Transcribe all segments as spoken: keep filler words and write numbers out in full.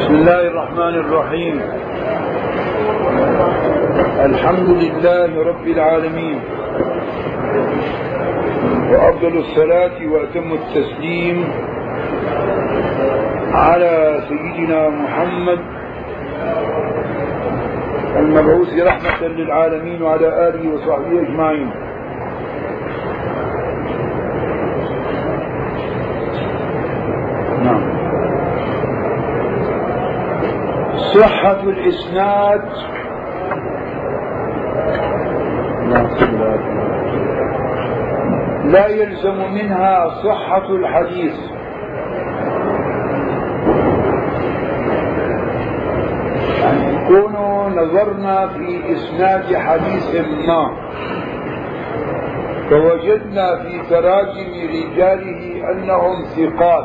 بسم الله الرحمن الرحيم. الحمد لله رب العالمين، وأفضل الصلاة وأتم التسليم على سيدنا محمد المبعوث رحمة للعالمين وعلى آله وصحبه أجمعين. نعم. صحة الإسناد لا يلزم منها صحة الحديث، يعني نكون نظرنا في إسناد حديث ما فوجدنا في تراجم رجاله أنهم ثقات،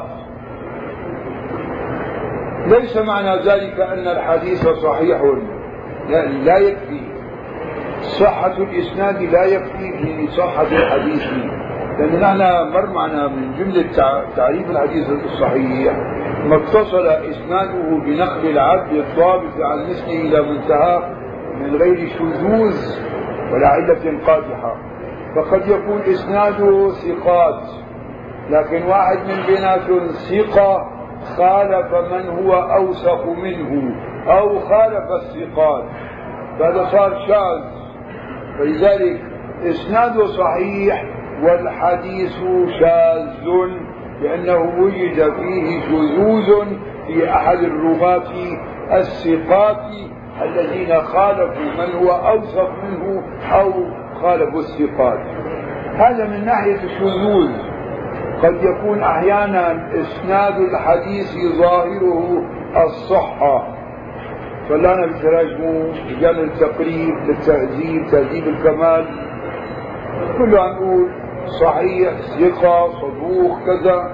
ليس معنى ذلك أن الحديث صحيح، يعني لا يكفي صحة الإسناد، لا يكفي في صحة الحديث، لأن نحن مر معنا من جملة تعريف الحديث الصحيح ما اتصل إسناده بنقل العبد الضابط عن مثله إلى منتهى من غير شذوذ ولا علة قادحة. فقد يكون إسناده ثقات، لكن واحد من بيناتهم ثقة خالف من هو أوثق منه أو خالف الثقات، فهذا صار شاذ، فلذلك إسناده صحيح والحديث شاذ لأنه وجد فيه شذوذ في أحد الرواة الثقات الذين خالفوا من هو أوثق منه أو خالفوا الثقات. هذا من ناحية الشذوذ. قد يكون أحيانا إسناد الحديث ظاهره الصحة، فلانا بتراجمه رجال التقريب للتهذيب تهذيب الكمال كله عم نقول صحيح ثقة صدوق كذا،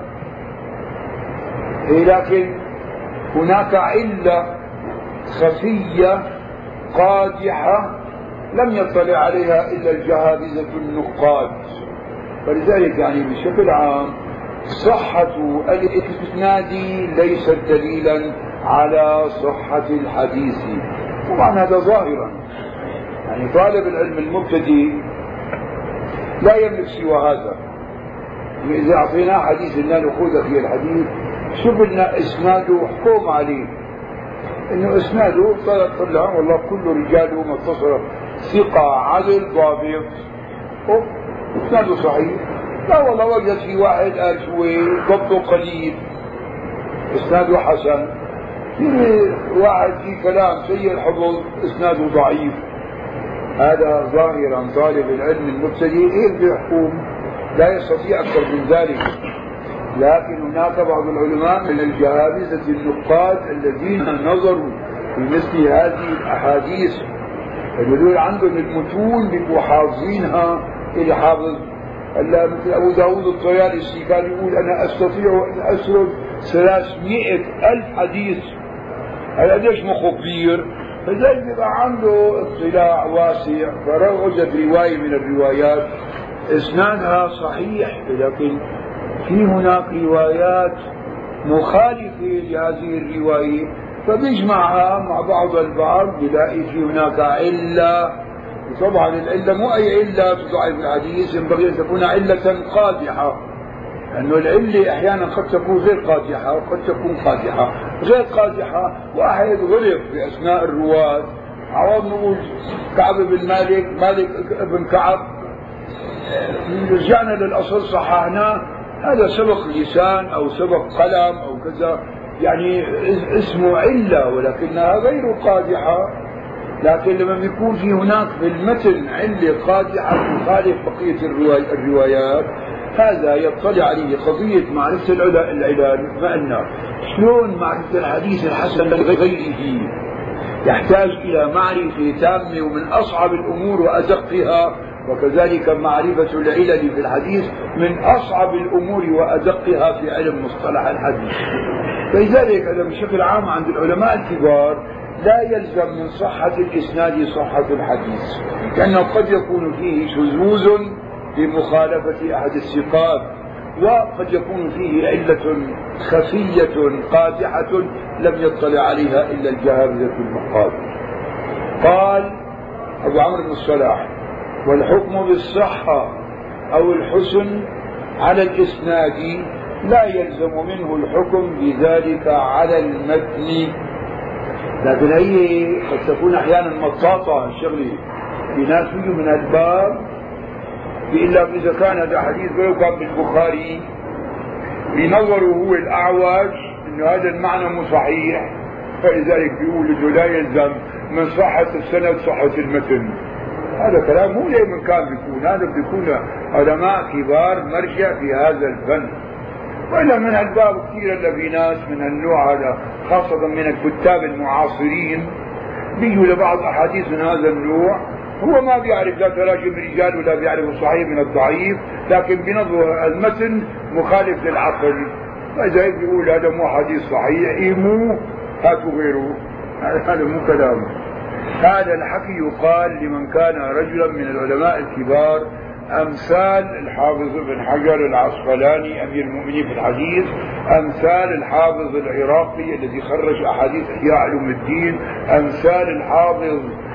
لكن هناك علة خفية قادحة لم يطلع عليها إلا الجهابذة النقاد. فلذلك يعني بشكل عام صحة الإسناد ليست دليلا على صحة الحديث. طبعا هذا ظاهرا، يعني طالب العلم المبتدئ لا يملك سوى هذا. إذا أعطيناه حديث لا نأخذ فيه الحديث، شو بدنا إسناده حكم عليه إنه إسناده طلع والله كل رجاله متصل ثقة عدل ضابط، إسناده صحيح. لا والله وجد في واحد قال شوي ضبطه قليل إسناده حسن، في واحد في كلام سيء الحفظ إسناده ضعيف. هذا ظاهرا طالب العلم المبتدئ هيك بيحكم، لا يستطيع أكثر من ذلك. لكن هناك بعض العلماء من الجهابذة النقاد الذين نظروا في مثل هذه الأحاديث، الذين عندهم المتون بيبقوا حافظينها إلى حافظ. هلا مثل أبو داود الطيالسي كان يقول أنا أستطيع أن أسرد ثلاثمائة ألف حديث. هذا قديش مخه كبير، فلذلك بيبقى عنده اطلاع واسع. فوجد رواية من الروايات إسنادها صحيح، لكن في هناك روايات مخالفة لهذه الرواية، فبيجمعها مع بعض البعض بيلاقي في هناك علة. طبعا العلة مو أي علة تضعف الحديث، ينبغي أن تكون علة قادحة، لأنه العلة أحيانا قد تكون غير قادحة وقد تكون قادحة. غير قادحة واحد غلط في أثناء الرواة، عوض نقول كعب بن مالك مالك بن كعب، رجعنا للأصل صححناه، هذا سبق لسان أو سبق قلم أو كذا، يعني اسمه علة ولكنها غير قادحة. لكن لما بيكون في هناك في المتن علة قادحة تخالف بقية الروايات، هذا يطلع عليه قضية معرفة العلل. ما قلنا شلون معرفة الحديث الحسن لغيره يحتاج إلى معرفة تامة ومن أصعب الأمور وأدقها، وكذلك معرفة العلل في الحديث من أصعب الأمور وأدقها في علم مصطلح الحديث. فلذلك هذا بشكل عام عند العلماء الكبار لا يلزم من صحة الإسناد صحة الحديث، لأنه قد يكون فيه شذوذ بمخالفة أحد الثقات، وقد يكون فيه علة خفية قادحة لم يطلع عليها إلا الجهابذة النقاد. قال أبو عمرو بن الصلاح: والحكم بالصحة أو الحسن على الإسناد لا يلزم منه الحكم بذلك على المتن. لكن هي قد تكون أحيانا مطاطة الشغلة، في ناس يجوا من الباب إلا إذا كان هذا حديث ولو كان بالبخاري بينظروا هو الأعوج إنه هذا المعنى مو صحيح، فلذلك بيقول إنه لا يلزم من صحة السند صحة المتن. هذا كلام مو دائما كان بيكون، هذا بيكون علماء كبار مرجع في هذا الفن. وإلا من الباب كثير إلا في ناس من النوع هذا خاصة من الكتاب المعاصرين بيجوا لبعض أحاديث من هذا النوع هو ما بيعرف لا تراجم الرجال ولا بيعرف الصحيح من الضعيف، لكن بنظر المتن مخالف للعقل، فإذا بيقول هذا مو حديث صحيح إيه مو هاتوا غيره. هذا مو كلام. هذا الحكي يقال لمن كان رجلا من العلماء الكبار أمثال الحافظ ابن حجر العسقلاني أمير المؤمنين في الحديث، أمثال الحافظ العراقي الذي خرج أحاديث إحياء علوم الدين، أمثال الحافظ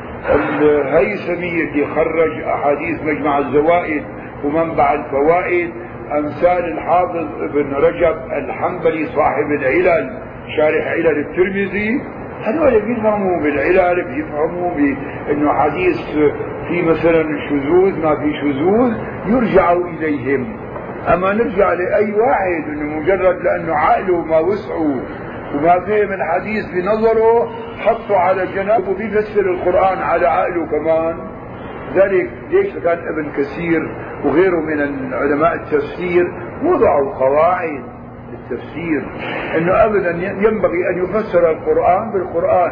الهيثمي الذي خرج أحاديث مجمع الزوائد ومنبع الفوائد، أمثال الحافظ ابن رجب الحنبلي صاحب العلل شارح علل الترمذي. هذول بيفهموا بالعلل، بيفهموا بأنه حديث في مثلا شذوذ ما في شذوذ يرجعوا إليهم. أما نرجع لأي واحد أنه مجرد لأنه عقله ما وسعه وما فهم الحديث بنظره حطه على جنب وبيفسر القرآن على عقله كمان. ذلك ليش كان ابن كثير وغيره من العلماء التفسير وضعوا قواعد للتفسير انه ابدا ينبغي ان يفسر القرآن بالقرآن.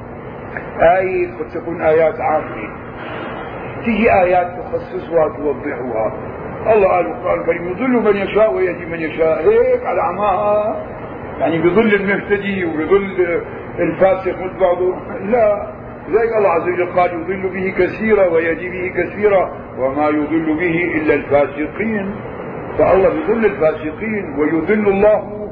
آية قد تكون آيات عامة، تيجي آيات تخصصها توضحها. الله قال القرآن الكريم يضل من يشاء ويهدي من يشاء، هيك على عماها يعني بيضل المهتدي وبيضل الفاسق مثل بعضه؟ لا. لذلك الله عز وجل قال يضل به كثيرا ويهدي به كثيرا وما يضل به إلا الفاسقين. فالله يضل الفاسقين ويضل الله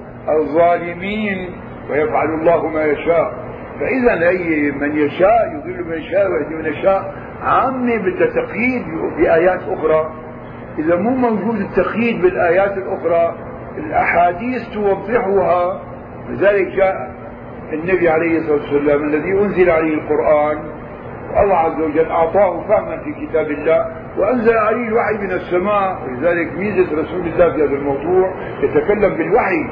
الظالمين ويفعل الله ما يشاء. فإذا أي من يشاء يضل من يشاء ويهدي من يشاء عامة بدها تقييد بآيات أخرى. إذا مو موجود التقييد بالآيات الأخرى الأحاديث توضحها. لذلك جاء النبي عليه الصلاة والسلام الذي أنزل عليه القرآن الله عز وجل أعطاه فهما في كتاب الله وأنزل عليه الوحي من السماء. ولذلك ميزة رسول الله في هذا الموضوع يتكلم بالوحي،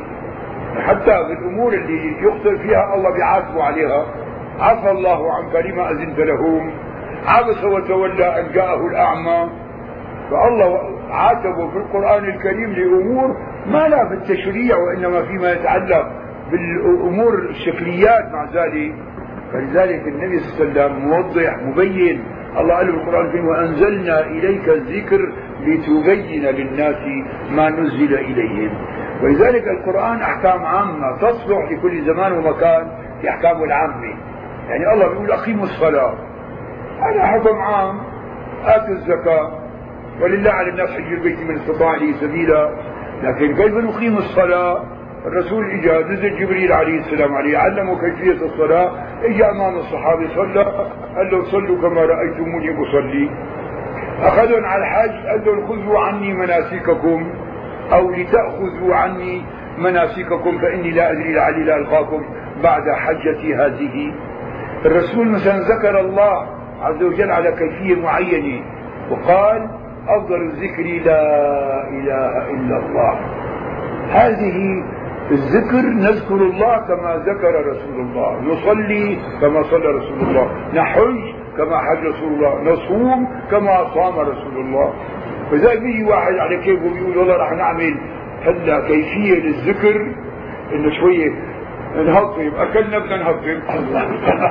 حتى بالأمور اللي يخطئ فيها الله بيعاتبه عليها. عفى الله عنك لما أذنت لهم، عبس وتولى أن جاءه الأعمى. فالله عاتبه في القرآن الكريم لأمور ما لا في التشريع وإنما فيما يتعلق بالأمور الشكليات مع ذلك. فلذلك النبي صلى الله عليه وسلم موضح مبين. الله قال في القرآن الكريم وأنزلنا إليك الذكر لتبين للناس ما نزل إليهم. ولذلك القرآن أحكام عامة تصلح لكل زمان ومكان في أحكامه العامة. يعني الله بيقول أقيموا الصلاة، هذا حكم عام. آتوا الزكاة، ولله على الناس حج البيت من استطاع إليه سبيلا. لكن كيف نقيم الصلاة؟ الرسول اجى نزل جبريل عليه السلام عليه علمه كيفية الصلاة، اجى امام الصحابة صلى قال له صلوا كما رأيتموني اصلي. اخذهم على الحج قال لهم خذوا عني مناسككم او لتأخذوا عني مناسككم فاني لا ادري لعلي لا القاكم بعد حجتي هذه. الرسول مثلا ذكر الله عز وجل على كيفية معينة وقال افضل الذكر لا اله الا الله. هذه الذكر نذكر الله كما ذكر رسول الله، نصلي كما صلى رسول الله، نحج كما حج رسول الله، نصوم كما صام رسول الله. فإذا بيجي واحد على كيفه بيقول والله رح نعمل هلا كيفية للذكر انه شوية نهضم، اكلنا بدنا نهضم الله.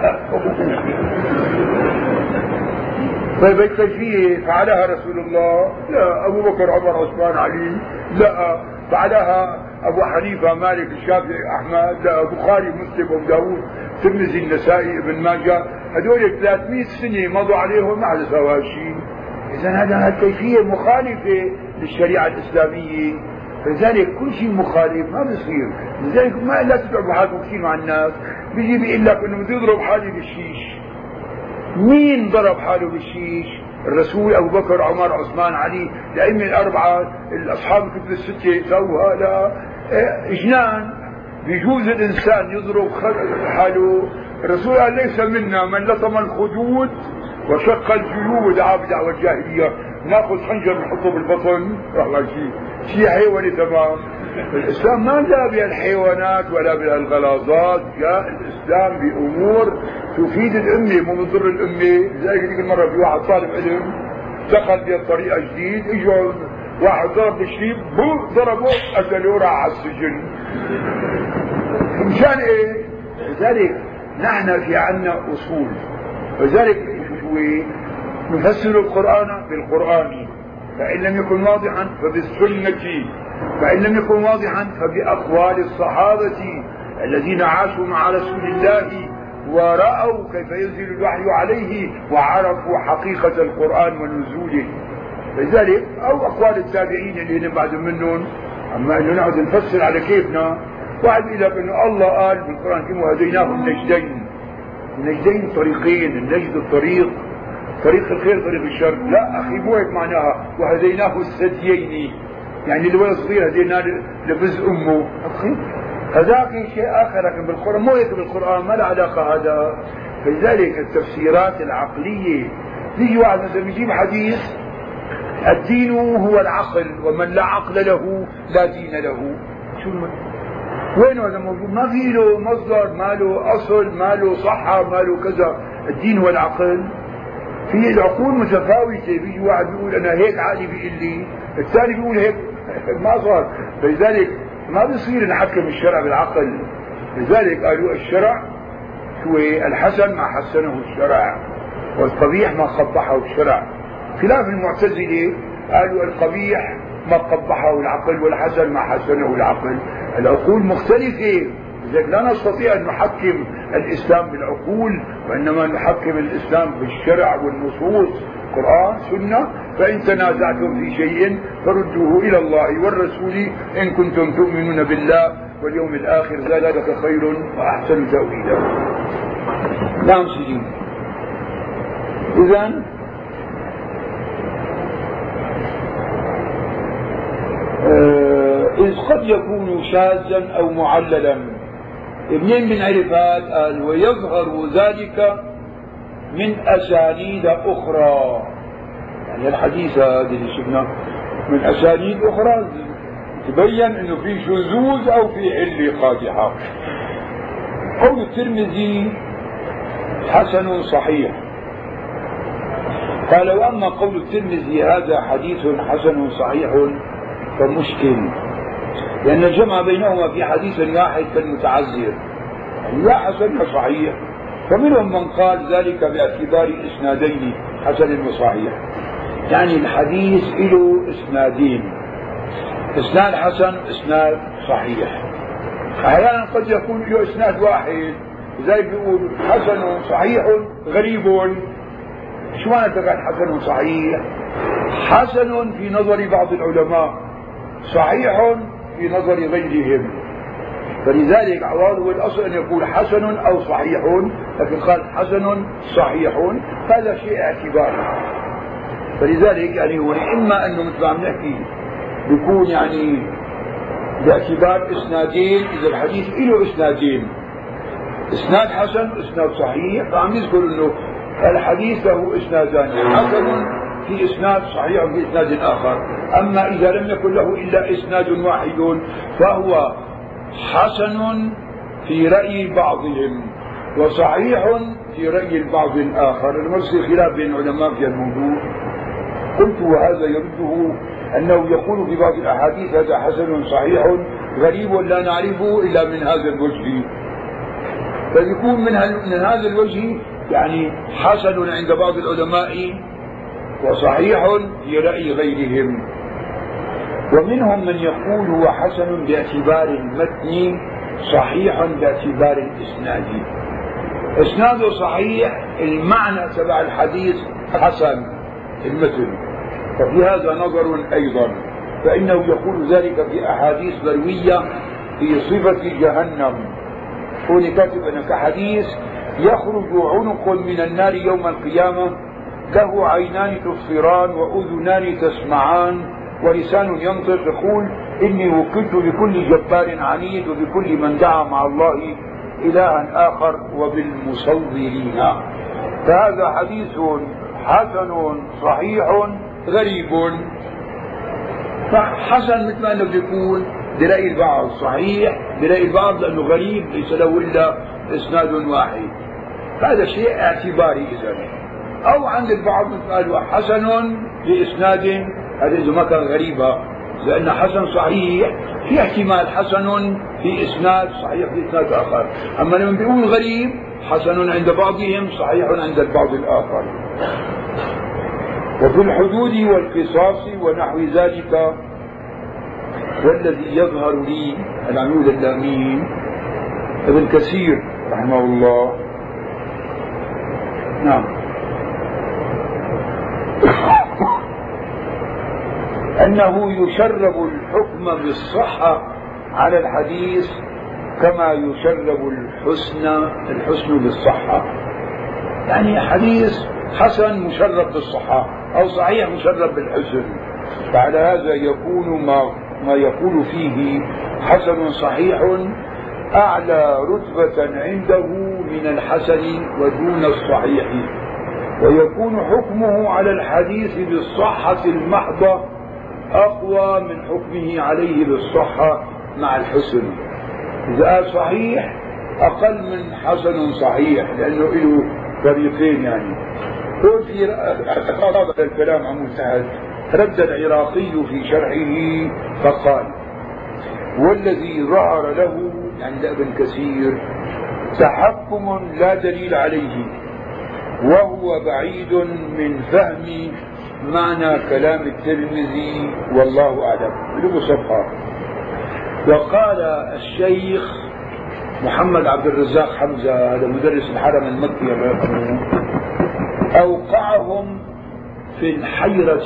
طيب الكيفية فعلها رسول الله؟ لا. ابو بكر عمر عثمان علي؟ لا. فعلها ابو حنيفة مالك الشافعي احمد؟ لا. بخاري مسلم ابو داود ترمذي النسائي ابن ماجه هذول ثلاثمئة سنة مضوا عليهم ما حدا سوى شيء. اذا هذا الكيفية مخالفة للشريعة الاسلامية. فلذلك كل شيء مخالف ما بيصير. لذلك ما لا تتعبوا حالكم كثير مع الناس، بيجي بيقول لك انه بدي اضرب حالي بالشيش. مين ضرب حاله بالشيش؟ الرسول، ابو بكر، عمر، عثمان، علي، الائمه الاربعه، الاصحاب الكتب السته سووا هذا جنان. بيجوز الانسان يضرب حاله. الرسول قال ليس منا من لطم الخدود وشق الجيوب دعا بدعوى الجاهليه. ناخذ خنجر نحطه بالبطن والله شيء شيء حيواني تمام. الاسلام ما جاء بالحيوانات ولا بالغلاظات، جاء الاسلام بامور تفيد الامه مو بتضر الامه. زي كل مره في واحد طالب علم دخل بطريقه جديد، اجوا واحد ضرب بالشيب بو ضربه قتله راح على السجن. مشان ايه؟ لذلك نحن في عنا اصول، ولذلك شو نفسر القرآن بالقرآن، فإن لم يكن واضحا فبالسنة، فإن لم يكن واضحا فبأقوال الصحابة الذين عاشوا مع رسول الله ورأوا كيف ينزل الوحي عليه وعرفوا حقيقة القرآن ونزوله. لذلك أو أقوال التابعين اللي بعد منهم. أما أنه نقعد نفسر على كيفنا، واحد يقول لك أنه الله قال بالقرآن كم وهديناه النجدين. النجدين طريقين، النجد الطريق طريق الخير طريق الشر. لا أخي مو هيك معناها وهديناه الثديين، يعني الولد الصغير هديناه لبز أمه. أخي هذاك شيء آخر، لكن بالقرآن مو هيك. بالقرآن ما له علاقة هذا. فلذلك التفسيرات العقلية، يجي واحد مثلا يجيب حديث الدين هو العقل ومن لا عقل له لا دين له. شو وين هذا موجود؟ ما في له مصدر، ما له أصل، ما له صحة، ما له كذا. الدين هو العقل. في العقول متفاوتة، بيجي واحد بيقول أنا هيك عقلي بيقول لي، الثاني بيقول هيك ما صار. فلذلك ما بيصير نحكم الشرع بالعقل. لذلك قالوا الشرع هو الحسن ما حسنه الشرع والقبيح ما قبحه الشرع. خلاف المعتزلة قالوا القبيح ما قبحه العقل والحسن ما حسنه العقل. العقول مختلفة، لذلك لا نستطيع أن نحكم الإسلام بالعقول، وإنما نحكم الإسلام بالشرع والنصوص، قرآن سنة. فإن تنازعتم في شيء فردوه إلى الله والرسول إن كنتم تؤمنون بالله واليوم الآخر، ذلك خير وأحسن تأويلا. نعم سيدي. إذن إذ قد يكون شاذا أو معللا. منين بنعرف هذا؟ قال ويظهر ذلك من أسانيد أخرى. يعني الحديث هذا اللي شفناه من أسانيد أخرى تبين أنه في شذوذ أو في علة قادحة. قول الترمذي حسن صحيح. قال وأما قول الترمذي هذا حديث حسن صحيح فمشكل، لأن الجمع بينهما في حديث واحد كالمتعذر، لا حسن صحيح. فمنهم من قال ذلك باعتبار إسنادين حسن وصحيح، يعني الحديث له إسنادين، إسناد حسن إسناد صحيح. أحيانا قد يكون له إسناد واحد، زي بيقول حسن صحيح غريب. شو معنى قال حسن صحيح؟ حسن في نظر بعض العلماء، صحيح في نظر غيرهم. فلذلك عوض هو الأصل أن يقول حسن أو صحيح، لكن قال حسن صحيح، هذا شيء اعتباري. فلذلك يعني هو إما أنه مثل ما عم نحكي بيكون يعني باعتبار إسنادين، إذا الحديث له إسنادين، إسناد حسن إسناد صحيح، فعم يذكر أنه الحديث له إسنادان، حسن في إسناد صحيح في إسناد آخر. أما إذا لم يكن له إلا إسناد واحد فهو حسن في رأي بعضهم وصحيح في رأي البعض الآخر. المرسي خلاف بين العلماء في الموضوع. قلت وهذا يرده أنه يقول في بعض الأحاديث هذا حسن صحيح غريب لا نعرفه إلا من هذا الوجه، فيكون من, من هذا الوجه يعني حسن عند بعض العلماء وصحيح في رأي غيرهم. ومنهم من يقول هو حسن باعتبار المتن صحيح باعتبار الإسناد. إسناده صحيح، المعنى تبع الحديث حسن المتن، ففي هذا نظر أيضا. فإنه يقول ذلك في أحاديث مروية في صفة جهنم. هو كاتب أن كحديث يخرج عنق من النار يوم القيامة له عينان تبصران وأذنان تسمعان ولسان ينطق، يقول إني وكلت بكل جبار عنيد وبكل من دعا مع الله إلها آخر وبالمصورين. فهذا حديث حسن صحيح غريب. فحسن مثل ما أنه بيكون برأي البعض، صحيح برأي البعض لأنه غريب ليس له إلا إسناد واحد. هذا شيء اعتباري إذن. أو عند البعض قالوا حسن بإسناد، هذا إذا ما كان غريبا، لأن حسن صحيح في احتمال حسن في إسناد صحيح في إسناد آخر. أما لما بيقول غريب حسن عند بعضهم صحيح عند البعض الآخر. وفي الحدود والقصاص ونحو ذلك والذي يظهر لي العمود اللامين ابن كثير رحمه الله. نعم. أنه يشرب الحكم بالصحة على الحديث كما يشرب الحسن الحسن بالصحة. يعني حديث حسن مشرب بالصحة أو صحيح مشرب بالحسن. فعلى هذا يكون ما, ما يقول فيه حسن صحيح أعلى رتبة عنده من الحسن ودون الصحيح، ويكون حكمه على الحديث بالصحة المحضة أقوى من حكمه عليه بالصحة مع الحسن. إذا قال صحيح أقل من حسن صحيح لأنه له طريقين. يعني قلت في هذا الكلام عن منتهى رد العراقي في شرحه فقال: والذي ظهر له عند ابن كثير تحكم لا دليل عليه وهو بعيد من فهم معنى كلام الترمذي والله أعلم. له صفحة. وقال الشيخ محمد عبد الرزاق حمزة، هذا مدرس الحرم المكي الله يرحمه، أوقعهم في الحيرة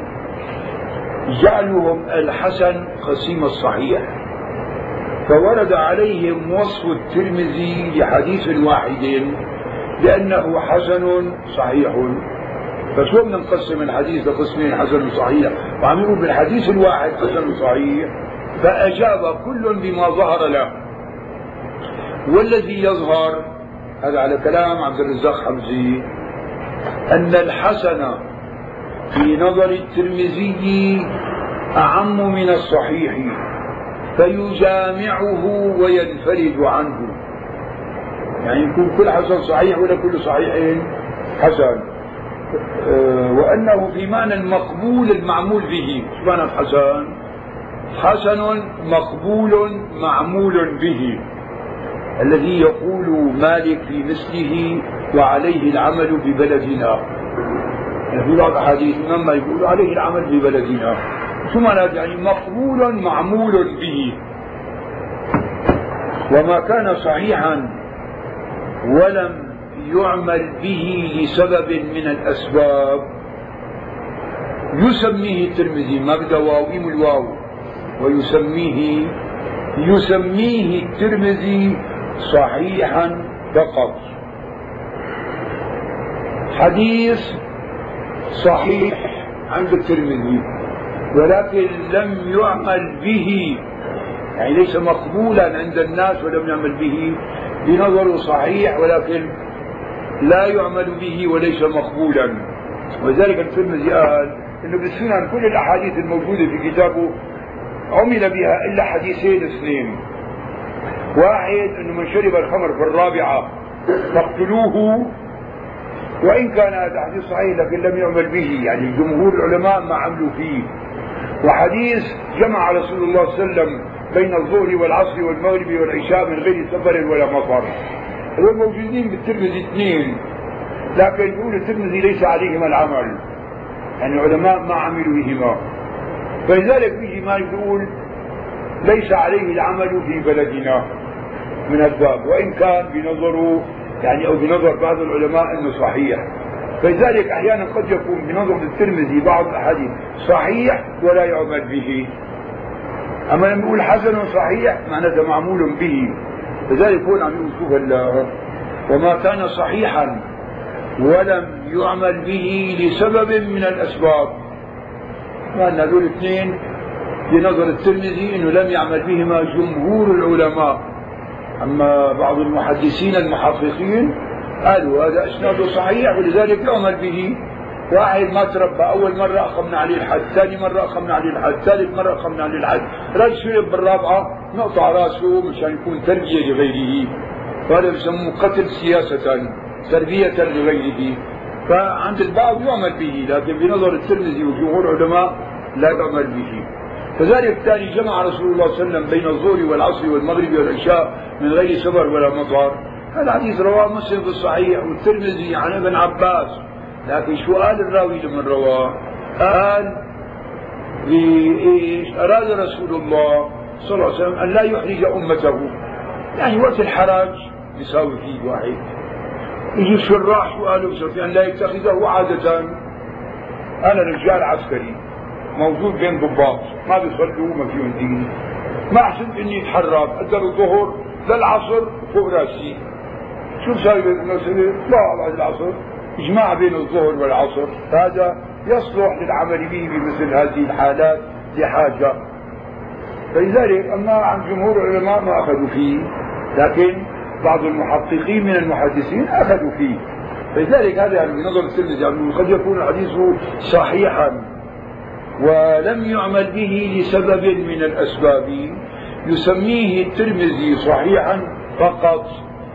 جعلهم الحسن قسيم الصحيح، فورد عليهم وصف الترمذي لحديث واحد بأنه حسن صحيح. فشو بدنا نقسم الحديث لقسمين حسن صحيح وعم يقول بالحديث الواحد حسن صحيح؟ فأجاب كل بما ظهر له. والذي يظهر هذا على كلام عبد الرزاق حمزي أن الحسن في نظر الترمذي أعم من الصحيح فيجامعه وينفرد عنه. يعني يكون كل حسن صحيح ولا كل صحيح حسن. أه وأنه في معنى المقبول المعمول به. شو معنى الحسن؟ حسن مقبول معمول به، الذي يقول مالك في مثله وعليه العمل ببلدنا. يعني في بعض أحاديث لما يقول عليه العمل ببلدنا، شو معنى؟ يعني مقبول معمول به. وما كان صحيحا ولم يعمل به لسبب من الأسباب يسميه الترمذي، ما بدا واو إيم الواو، ويسميه يسميه الترمذي صحيحا فقط. حديث صحيح عند الترمذي ولكن لم يعمل به، يعني ليس مقبولا عند الناس ولم يعمل به، بنظره صحيح ولكن لا يعمل به وليس مقبولا. ولذلك الترمذي قال انه بالسنن كل الاحاديث الموجوده في كتابه عمل بها الا حديثين اثنين. واحد انه من شرب الخمر في الرابعه فاقتلوه، وان كان هذا حديث صحيح لكن لم يعمل به، يعني جمهور العلماء ما عملوا فيه. وحديث جمع رسول الله صلى الله عليه وسلم بين الظهر والعصر والمغرب والعشاء من غير سفر ولا مطر. هذول موجودين بالترمذي اثنين، لكن يقول الترمذي ليس عليهما العمل، يعني العلماء ما عملوا بهما. فلذلك بيجي ما يقول ليس عليه العمل في بلدنا من الباب، وان كان بنظره يعني او بنظر بعض العلماء انه صحيح. فلذلك أحيانا قد يكون بنظر الترمذي بعض الأحاديث صحيح ولا يعمل به، أما لما يقول حسن صحيح معناته معمول به. لذلك هون عم يقول شوف الله وما كان صحيحا ولم يعمل به لسبب من الأسباب. وأن هذول الاثنين في نظر الترمذي أنه لم يعمل بهما جمهور العلماء، أما بعض المحدثين المحققين قالوا هذا إسناده صحيح ولذلك يعمل به. واحد ما تربى أول مرة أقمنا عليه الحد، ثاني مرة أقمنا عليه الحد، ثالث مرة أقمنا عليه الحد، رد شرب بالرابعة نقطع راسه مشان يكون تربية لغيره، وهذا بسموه قتل سياسة تربية لغيره. فعند البعض يعمل به، لكن بنظر الترمذي وجمهور العلماء لا يعمل به. كذلك الثاني جمع رسول الله صلى الله عليه وسلم بين الظهر والعصر والمغرب والعشاء من غير سفر ولا مطر. هذا حديث رواه مسلم في الصحيح والترمذي عن ابن عباس، لكن شو قال الراوي لمن رواه؟ قال بإيش؟ أراد رسول الله صلى الله عليه وسلم أن لا يحرج أمته، يعني وقت الحرج يساوي فيه واحد. يجي الشراح شو قالوا بسبب أن لا يتخذه عادة. أنا رجال عسكري موجود بين ضباط ما بيصلوا ما فيهم دين، ما حسبت إني أتحرك أدر الظهر للعصر فوق راسي، شو بساوي بالمسألة؟ لا بعد العصر إجماع بين الظهر والعصر، هذا يصلح للعمل به بمثل هذه الحالات لحاجة. فلذلك أما عن جمهور العلماء ما أخذوا فيه، لكن بعض المحققين من المحدثين أخذوا فيه. فلذلك هذا يعني بنظر الترمذي يعني قد يكون الحديث صحيحا ولم يعمل به لسبب من الأسباب يسميه الترمذي صحيحا فقط،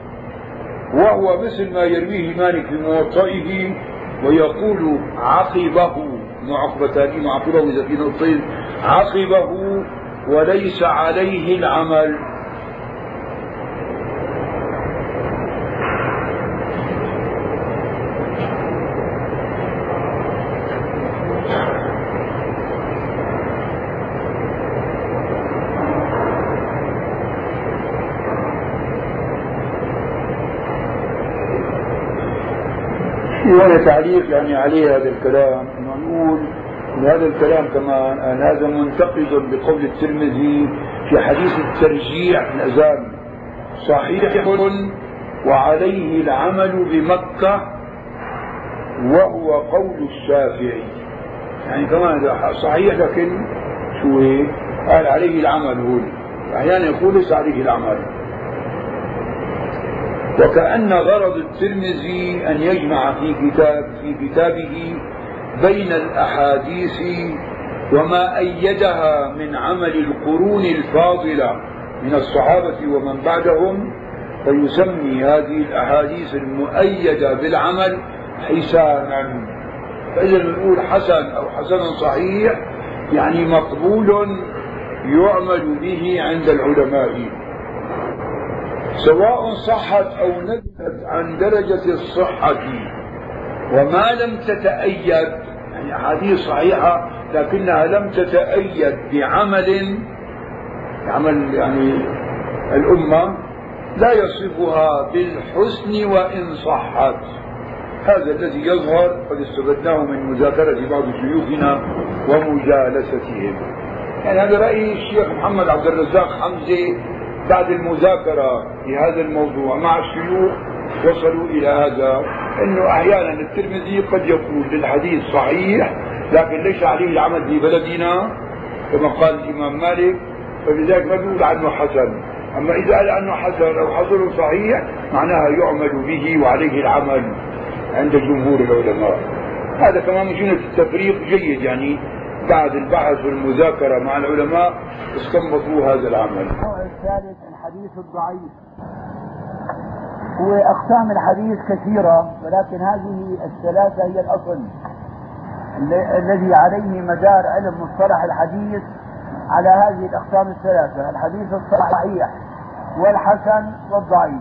وهو مثل ما يرويه مالك في موطئه ويقول عقبه معقبتان معقبه إذا في نقطين عقبه وليس عليه العمل. وهذا تعليق يعني عليه هذا الكلام، انه نقول ان هذا الكلام كمان ان هذا منتقد بقول الترمذي في حديث الترجيع الأذان صحيح وعليه العمل بمكة وهو قول الشافعي، يعني كمان هذا صحيح لكن شو هيك قال عليه العمل، هو احيانا يقول ليس عليه العمل. وكأن غرض الترمذي أن يجمع في كتاب في كتابه بين الأحاديث وما أيدها من عمل القرون الفاضلة من الصحابة ومن بعدهم، فيسمي هذه الأحاديث المؤيدة بالعمل حسانا. فإذا نقول حسن أو حسن صحيح يعني مقبول يعمل به عند العلماء، سواء صحت أو نزلت عن درجة الصحة وما لم تتأيد، يعني أحاديث صحيحة لكنها لم تتأيد بعمل عمل يعني الأمة لا يصفها بالحسن وإن صحت. هذا الذي يظهر قد استفدناه من مذاكرة بعض شيوخنا ومجالستهم. يعني هذا رأي الشيخ محمد عبد الرزاق حمزة بعد المذاكرة في هذا الموضوع مع الشيوخ وصلوا إلى هذا، أنه أحيانا الترمذي قد يقول للحديث صحيح لكن ليس عليه العمل في بلدنا كما قال الإمام مالك، فبذلك ما بيقول عنه حسن. أما إذا قال عنه حسن أو حسن صحيح معناها يعمل به وعليه العمل عند جمهور العلماء. هذا كمان من جملة التفريق جيد، يعني بعد البحث والمذاكرة مع العلماء استنبطوا هذا العمل. النوع الثالث الحديث الضعيف. وأقسام الحديث كثيرة، ولكن هذه الثلاثة هي الأصل الذي عليه مدار علم مصطلح الحديث، على هذه الأقسام الثلاثة: الحديث الصحيح والحسن والضعيف.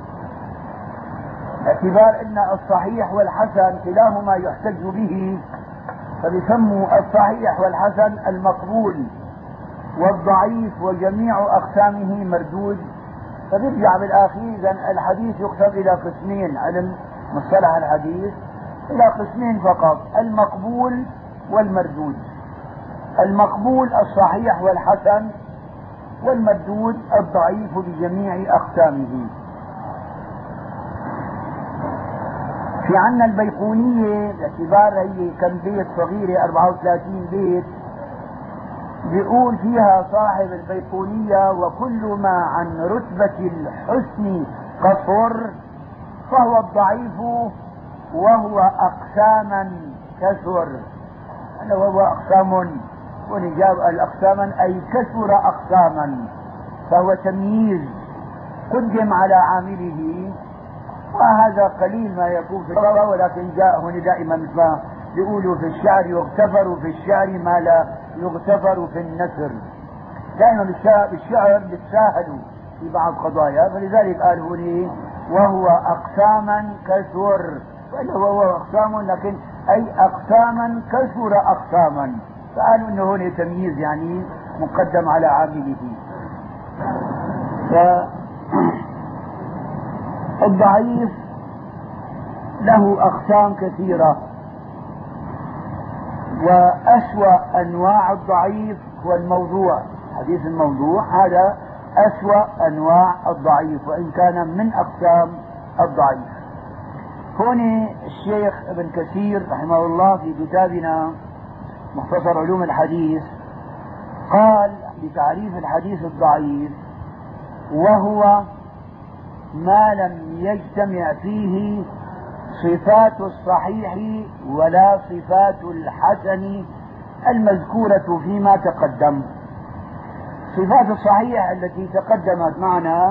باعتبار أن الصحيح والحسن كلاهما يحتج به، فبيسموا الصحيح والحسن المقبول، والضعيف وجميع أقسامه مردود. فبيرجع بالآخير إذن الحديث يقسم إلى قسمين: علم مصطلح الحديث إلى قسمين فقط: المقبول والمردود. المقبول الصحيح والحسن، والمردود الضعيف بجميع أقسامه. في عنا البيقونية باعتبار هي كم بيت صغيرة، أربعة وثلاثين بيت، بيقول فيها صاحب البيقونية: وكل ما عن رتبة الحسن قصر فهو الضعيف وهو أقساما كثر. يعني وهو أقسام، ونجاب الأقساما أي كثر أقساما، فهو تمييز قدم على عامله، وهذا قليل ما يكون في اللغة، ولكن جاء هنا دائما مثل ما بيقولوا في الشعر: يغتفر في الشعر ما لا يغتفر في النثر. دائما بالشعر بتساهلوا في بعض قضايا، فلذلك قال هنا وهو أقساما كثر، وإلا وهو أقسام لكن أي أقساما كثر أقساما، فقالوا إنه هنا تمييز يعني مقدم على عامله. الضعيف له أقسام كثيرة، وأسوأ أنواع الضعيف هو الموضوع. حديث الموضوع هذا أسوأ أنواع الضعيف، وإن كان من أقسام الضعيف. هنا الشيخ ابن كثير رحمه الله في كتابنا مختصر علوم الحديث قال بتعريف الحديث الضعيف: وهو ما لم يجتمع فيه صفات الصحيح ولا صفات الحسن المذكورة فيما تقدم. صفات الصحيح التي تقدمت معنا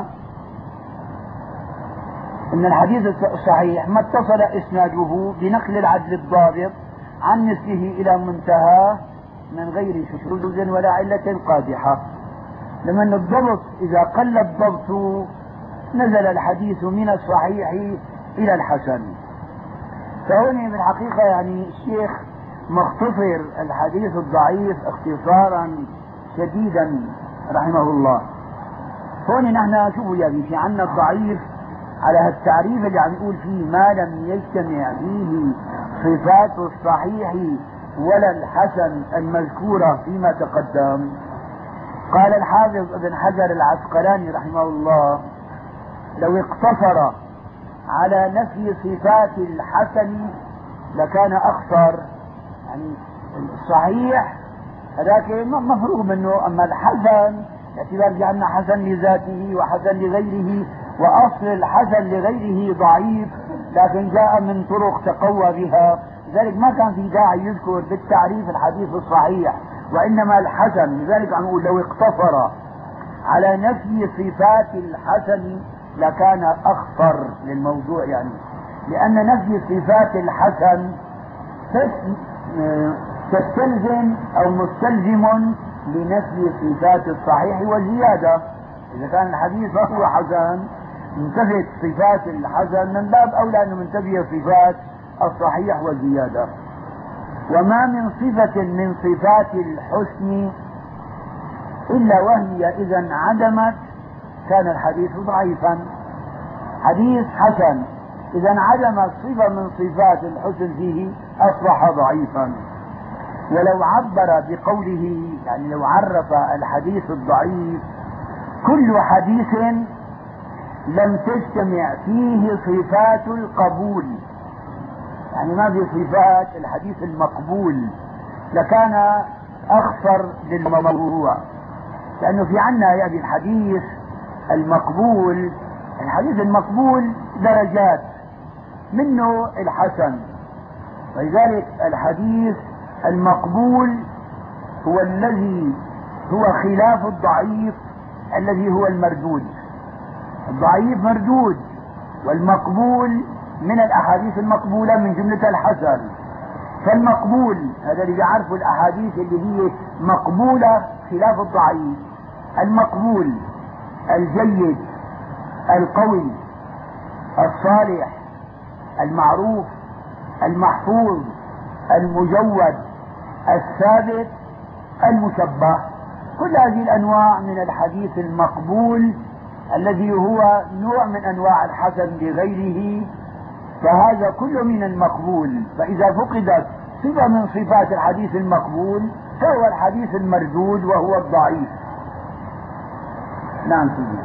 ان الحديث الصحيح ما اتصل اسناده بنقل العدل الضابط عن مثله الى منتهى من غير شذوذ ولا علة قادحة. لمن الضبط اذا قل الضبط نزل الحديث من الصحيح الى الحسن. فهنا بالحقيقة يعني الشيخ مختصر الحديث الضعيف اختصارا شديدا رحمه الله. هنا نحن شوفوا يعني في عنا الضعيف على هالتعريف اللي عم يقول فيه ما لم يجتمع فيه صفات الصحيح ولا الحسن المذكورة فيما تقدم. قال الحافظ ابن حجر العسقلاني رحمه الله: لو اقتصر على نفي صفات الحسن لكان أخطر. يعني الصحيح هذاك مفروغ منه، أما الحسن باعتبار جعلنا حسن لذاته وحسن لغيره، وأصل الحسن لغيره ضعيف لكن جاء من طرق تقوى بها، لذلك ما كان في داعي يذكر بالتعريف الحديث الصحيح وإنما الحسن. لذلك عم نقول لو اقتصر على نفي صفات الحسن لكان أخطر للموضوع، يعني لأن نفي صفات الحسن تستلزم أو مستلزم لنفي صفات الصحيح والزيادة. إذا كان الحديث هو حسن انتفت صفات الحسن من باب أولى أنه منتفي صفات الصحيح والزيادة. وما من صفة من صفات الحسن إلا وهي إذا انعدمت كان الحديث ضعيفا. حديث حسن إذا انعدمت صفة من صفات الحسن فيه أصبح ضعيفا. ولو عبر بقوله، يعني لو عرف الحديث الضعيف: كل حديث لم تجتمع فيه صفات القبول، يعني ما في صفات الحديث المقبول، لكان أخطر للموضوع. لأنه في عنا يعني الحديث المقبول، الحديث المقبول درجات، منه الحسن، ولذلك الحديث المقبول هو الذي هو خلاف الضعيف الذي هو المردود. الضعيف مردود، والمقبول من الأحاديث المقبولة من جملة الحسن. فالمقبول هذا اللي يعرفوا الأحاديث اللي هي مقبولة خلاف الضعيف. المقبول الجيد القوي الصالح المعروف المحفوظ المجود الثابت المشبه، كل هذه الأنواع من الحديث المقبول الذي هو نوع من أنواع الحسن لغيره، فهذا كله من المقبول. فإذا فقدت صفة من صفات الحديث المقبول فهو الحديث المردود وهو الضعيف. نعم سيدي.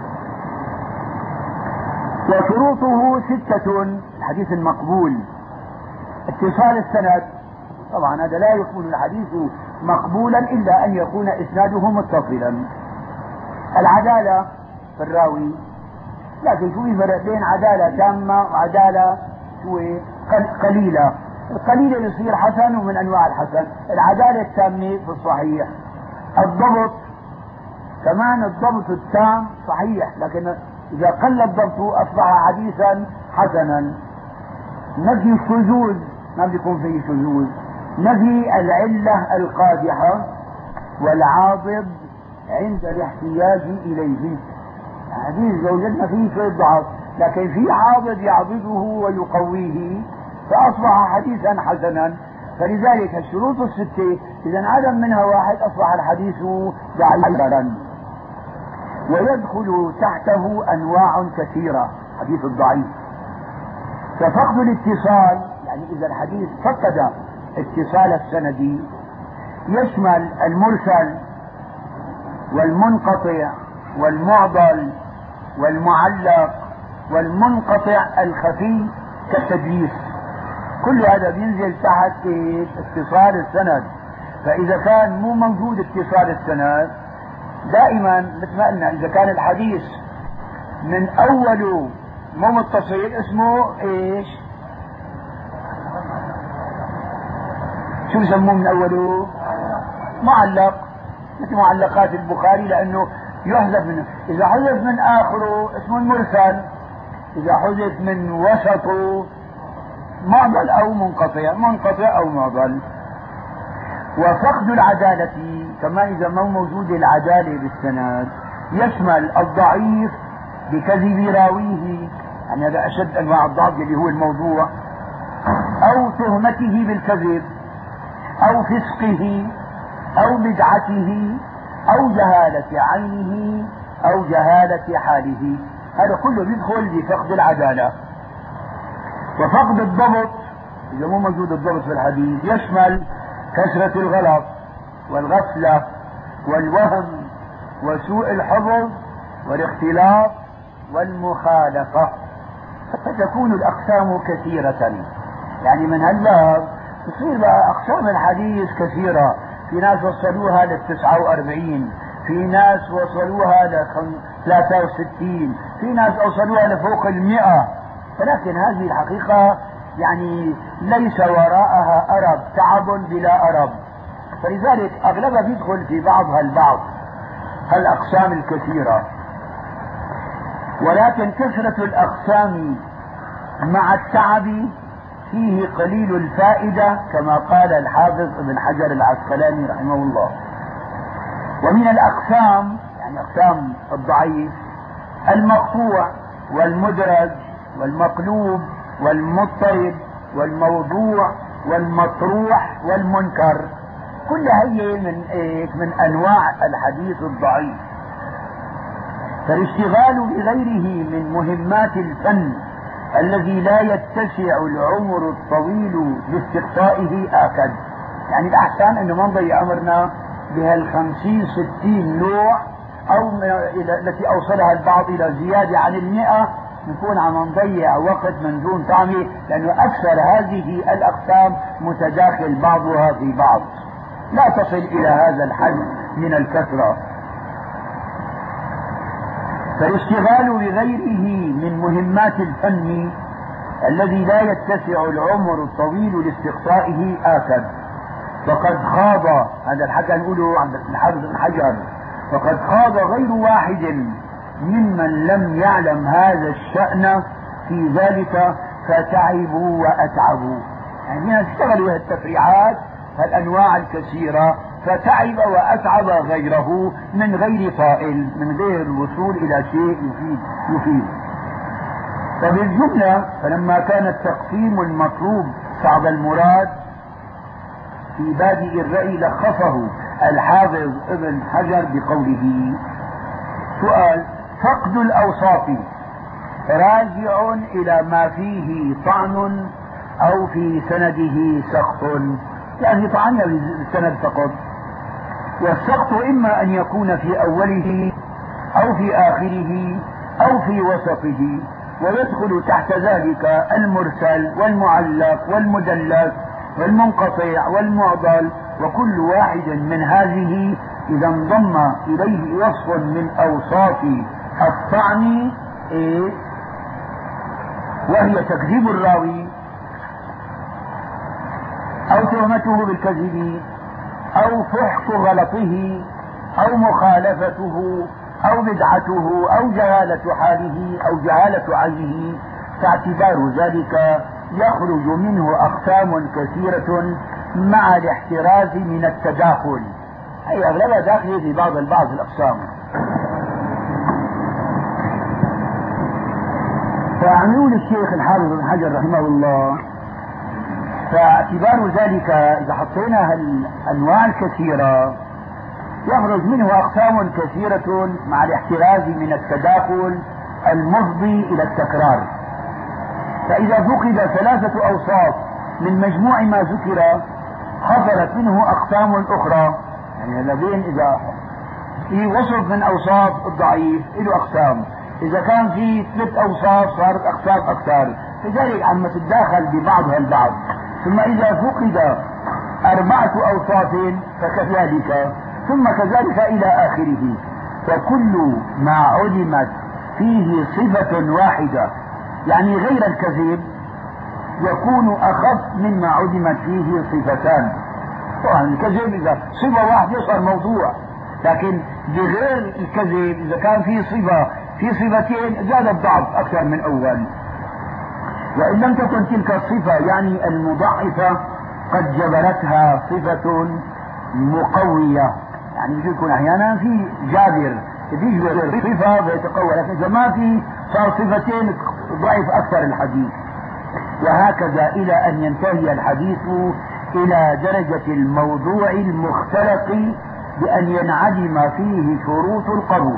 وشروطه ستة. الحديث المقبول اتصال السند، طبعا هذا لا يكون الحديث مقبولا إلا أن يكون إسناده متصلا. العدالة في الراوي، لكن شو الفرق بين عدالة تامة وعدالة شوي قليلة؟ القليلة يصير حسن ومن أنواع الحسن، العدالة التامة في الصحيح. الضبط كمان، الضبط التام صحيح، لكن إذا قل الضبط أصبح حديثا حسنا. نفي الشذوذ، ما بيكون فيه شذوذ. نفي العلة القادحة والعاضد عند الاحتياج إليه. حديث لو وجدنا فيه شوية ضعف لكن في عاضد يعضده ويقويه فأصبح حديثا حسنا. فلذلك الشروط الستة إذا انعدم منها واحد أصبح الحديث ضعيفا. ويدخل تحته أنواع كثيرة حديث الضعيف. ففقد الاتصال، يعني إذا الحديث فقد اتصال السند، يشمل المرسل والمنقطع والمعضل والمعلق والمنقطع الخفي كالتدليس. كل هذا بينزل تحت اتصال السند. فإذا كان مو موجود اتصال السند دائما مثل ما قلنا، إذا كان الحديث من أوله مو متصل اسمه ايش؟ شو يسموه من أوله؟ معلق، مثل معلقات البخاري، لأنه يحذف منه. إذا حذف من آخره اسمه المرسل، إذا حذف من وسطه معضل أو منقطع، منقطع أو معضل. وفقد العدالة كمان، إذا ما موجود العدالة بالسند، يشمل الضعيف بكذب راويه، يعني هذا أشد أنواع الضعف اللي هو الموضوع، أو تهمته بالكذب، أو فسقه، أو بدعته، أو جهالة عينه، أو جهالة حاله. هذا كله يدخل بفقد العدالة. وفقد الضبط، إذا مو موجود الضبط في الحديث، يشمل كثرة الغلط والغفلة والوهم وسوء الحفظ والاختلاط والمخالفة. فتكون الأقسام كثيرة، يعني من هالباب تصير بقى أقسام الحديث كثيرة. في ناس وصلوها للتسعة وأربعين، في ناس وصلوها لثلاثة وستين، في ناس وصلوها لفوق المئة. ولكن هذه الحقيقة يعني ليس وراءها أرب، تعب بلا أرب. فلذلك أغلبها يدخل في بعضها البعض الأقسام الكثيرة. ولكن كثرة الأقسام مع التعب فيه قليل الفائدة، كما قال الحافظ ابن حجر العسقلاني رحمه الله. ومن الأقسام، يعني أقسام الضعيف، المقطوع والمدرج والمقلوب والمضطرب والموضوع والمطروح والمنكر. كل هي من إيه؟ من أنواع الحديث الضعيف. فالاشتغال بغيره من مهمات الفن الذي لا يتسع العمر الطويل لاستقصائه آكد. يعني الأحسن أنه ما نضيع عمرنا بهالخمسين ستين نوع، أو التي أوصلها البعض إلى زيادة عن المئة، نكون عم نضيع وقت من دون طعمه، لأنه أكثر هذه الأقسام متداخل بعضها في بعض، لا تصل إلى هذا الحد من الكثرة. فالاشتغال بغيره من مهمات الفن الذي لا يتسع العمر الطويل لاستقصائه آكد. فقد خاض، هذا الحكى نقوله عند الحافظ ابن حجر، فقد خاض غير واحد ممن لم يعلم هذا الشأن في ذلك فتعبوا وأتعبوا. يعني اشتغلوا هالتفريعات هالأنواع الكثيرة فتعب وأتعب غيره من غير طائل، من غير الوصول إلى شيء يفيد يفيد. فبالجملة فلما كان التقسيم المطلوب صعب المراد في بادئ الرأي لخصه الحافظ ابن حجر بقوله: سؤال: فقد الأوصاف راجع إلى ما فيه طعن أو في سنده سقط، يعني طعن بالسند فقط. والسقط إما أن يكون في أوله أو في آخره أو في وسطه، ويدخل تحت ذلك المرسل والمعلق والمدلس والمنقطع والمعضل، وكل واحد من هذه إذا انضم إليه وصف من أوصاف الطعن إيه؟ وهي تكذيب الراوي أو تهمته بالكذب أو فحص غلطه أو مخالفته أو بدعته أو جهالة حاله أو جهالة عينه، فاعتبار ذلك يخرج منه أقسام كثيرة مع الاحتراز من التداخل، أي أغلبها داخل في بعض البعض الأقسام. فعمول الشيخ الحافظ بن حجر رحمه الله، فاعتبار ذلك إذا حطينا الأنواع الكثيرة يخرج منه أقسام كثيرة مع الاحتراز من التداخل المفضي إلى التكرار. فإذا فقد ثلاثة أوصاف من مجموع ما ذكر حصلت منه أقسام أخرى، يعني الذين إذا في وصف من أوصاف الضعيف له أقسام، إذا كان في ثلاث أوصاف صارت أقسام أكثر، لذلك عم تتداخل ببعضها البعض. ثم إذا فقد أربعة أوصاف فكذلك، ثم كذلك إلى آخره. فكل ما علمت فيه صفة واحدة، يعني غير الكذب، يكون أخف مما علمت فيه صفتان. طبعا الكذب إذا صفة واحدة صار موضوع، لكن بغير الكذب إذا كان فيه صفة في صفتين زاد الضعف أكثر من أول. وإن لم تكن تلك الصفة يعني المضاعفة قد جبرتها صفة مقوية، يعني يجب يكون أحيانا في جابر يجبر صفة فيتقوى، لكن إذا ما في صار صفتين ضعف أكثر الحديث. وهكذا إلى أن ينتهي الحديث إلى درجة الموضوع المختلق بأن ينعدم فيه شروط القبول.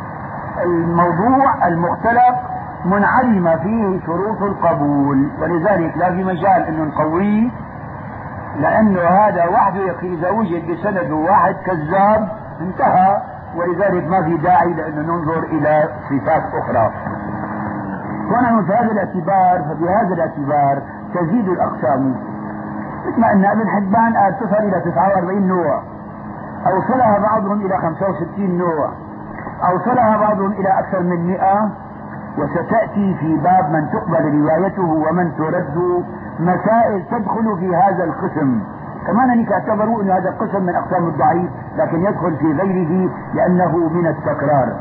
الموضوع المختلق منعدم فيه شروط القبول، ولذلك لا في مجال أنه نقويه، لأنه هذا وحده يكفي. إذا وجد بسند واحد كذاب انتهى، ولذلك ما في داعي لأنه ننظر إلى صفات أخرى. ونحن في هذا الاعتبار فبهذا الاعتبار تزيد الأقسام، مثل أن ابن حبان قال تصل إلى تسعة وأربعين نوع، أوصلها بعضهم إلى خمسة وستين نوع، أوصلها بعضهم إلى أكثر من مئة. وستأتي في باب من تقبل روايته ومن ترد مسائل تدخل في هذا القسم. كمان أنك اعتبروا أن هذا القسم من أقسام الضعيف، لكن يدخل في غيره لأنه من التكرار.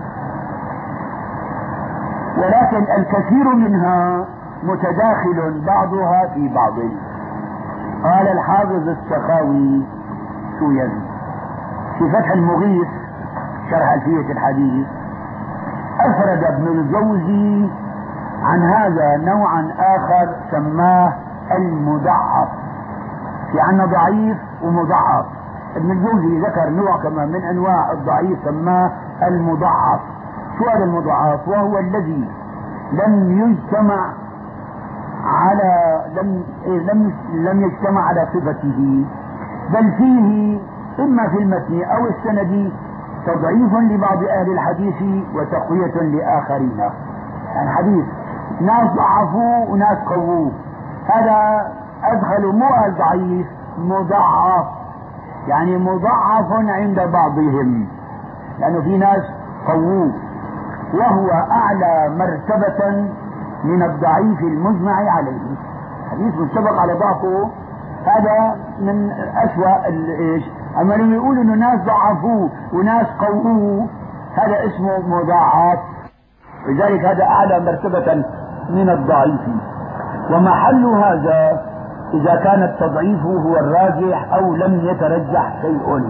ولكن الكثير منها متداخل بعضها في بعض. قال الحافظ السخاوي سويا في فتح المغيث شرح ألفية الحديث، أفرد ابن الجوزي عن هذا نوعا آخر سماه المضعف. في عنا ضعيف ومضعف، ابن الجوزي ذكر نوع كمان من أنواع الضعيف سماه المضعف. شو هذا المضعف؟ وهو الذي لم يجتمع على لم لم لم يجتمع على صفته، بل فيه إما في المتن أو السند تضعيف لبعض أهل الحديث وتقوية لآخرين. يعني حديث ناس ضعفوه وناس قووه، هذا أدخلوا مو قال ضعيف، مضعف، يعني مضعف عند بعضهم، لأنه في ناس قووه، وهو أعلى مرتبة من الضعيف المجمع عليه. حديث متفق على ضعفه هذا من أسوأ ايش، اما لما يقول انه ناس ضعفوه وناس قووه هذا اسمه مضاعف، لذلك هذا اعلى مرتبة من الضعيف. ومحل هذا اذا كان التضعيف هو الراجح او لم يترجح شيء،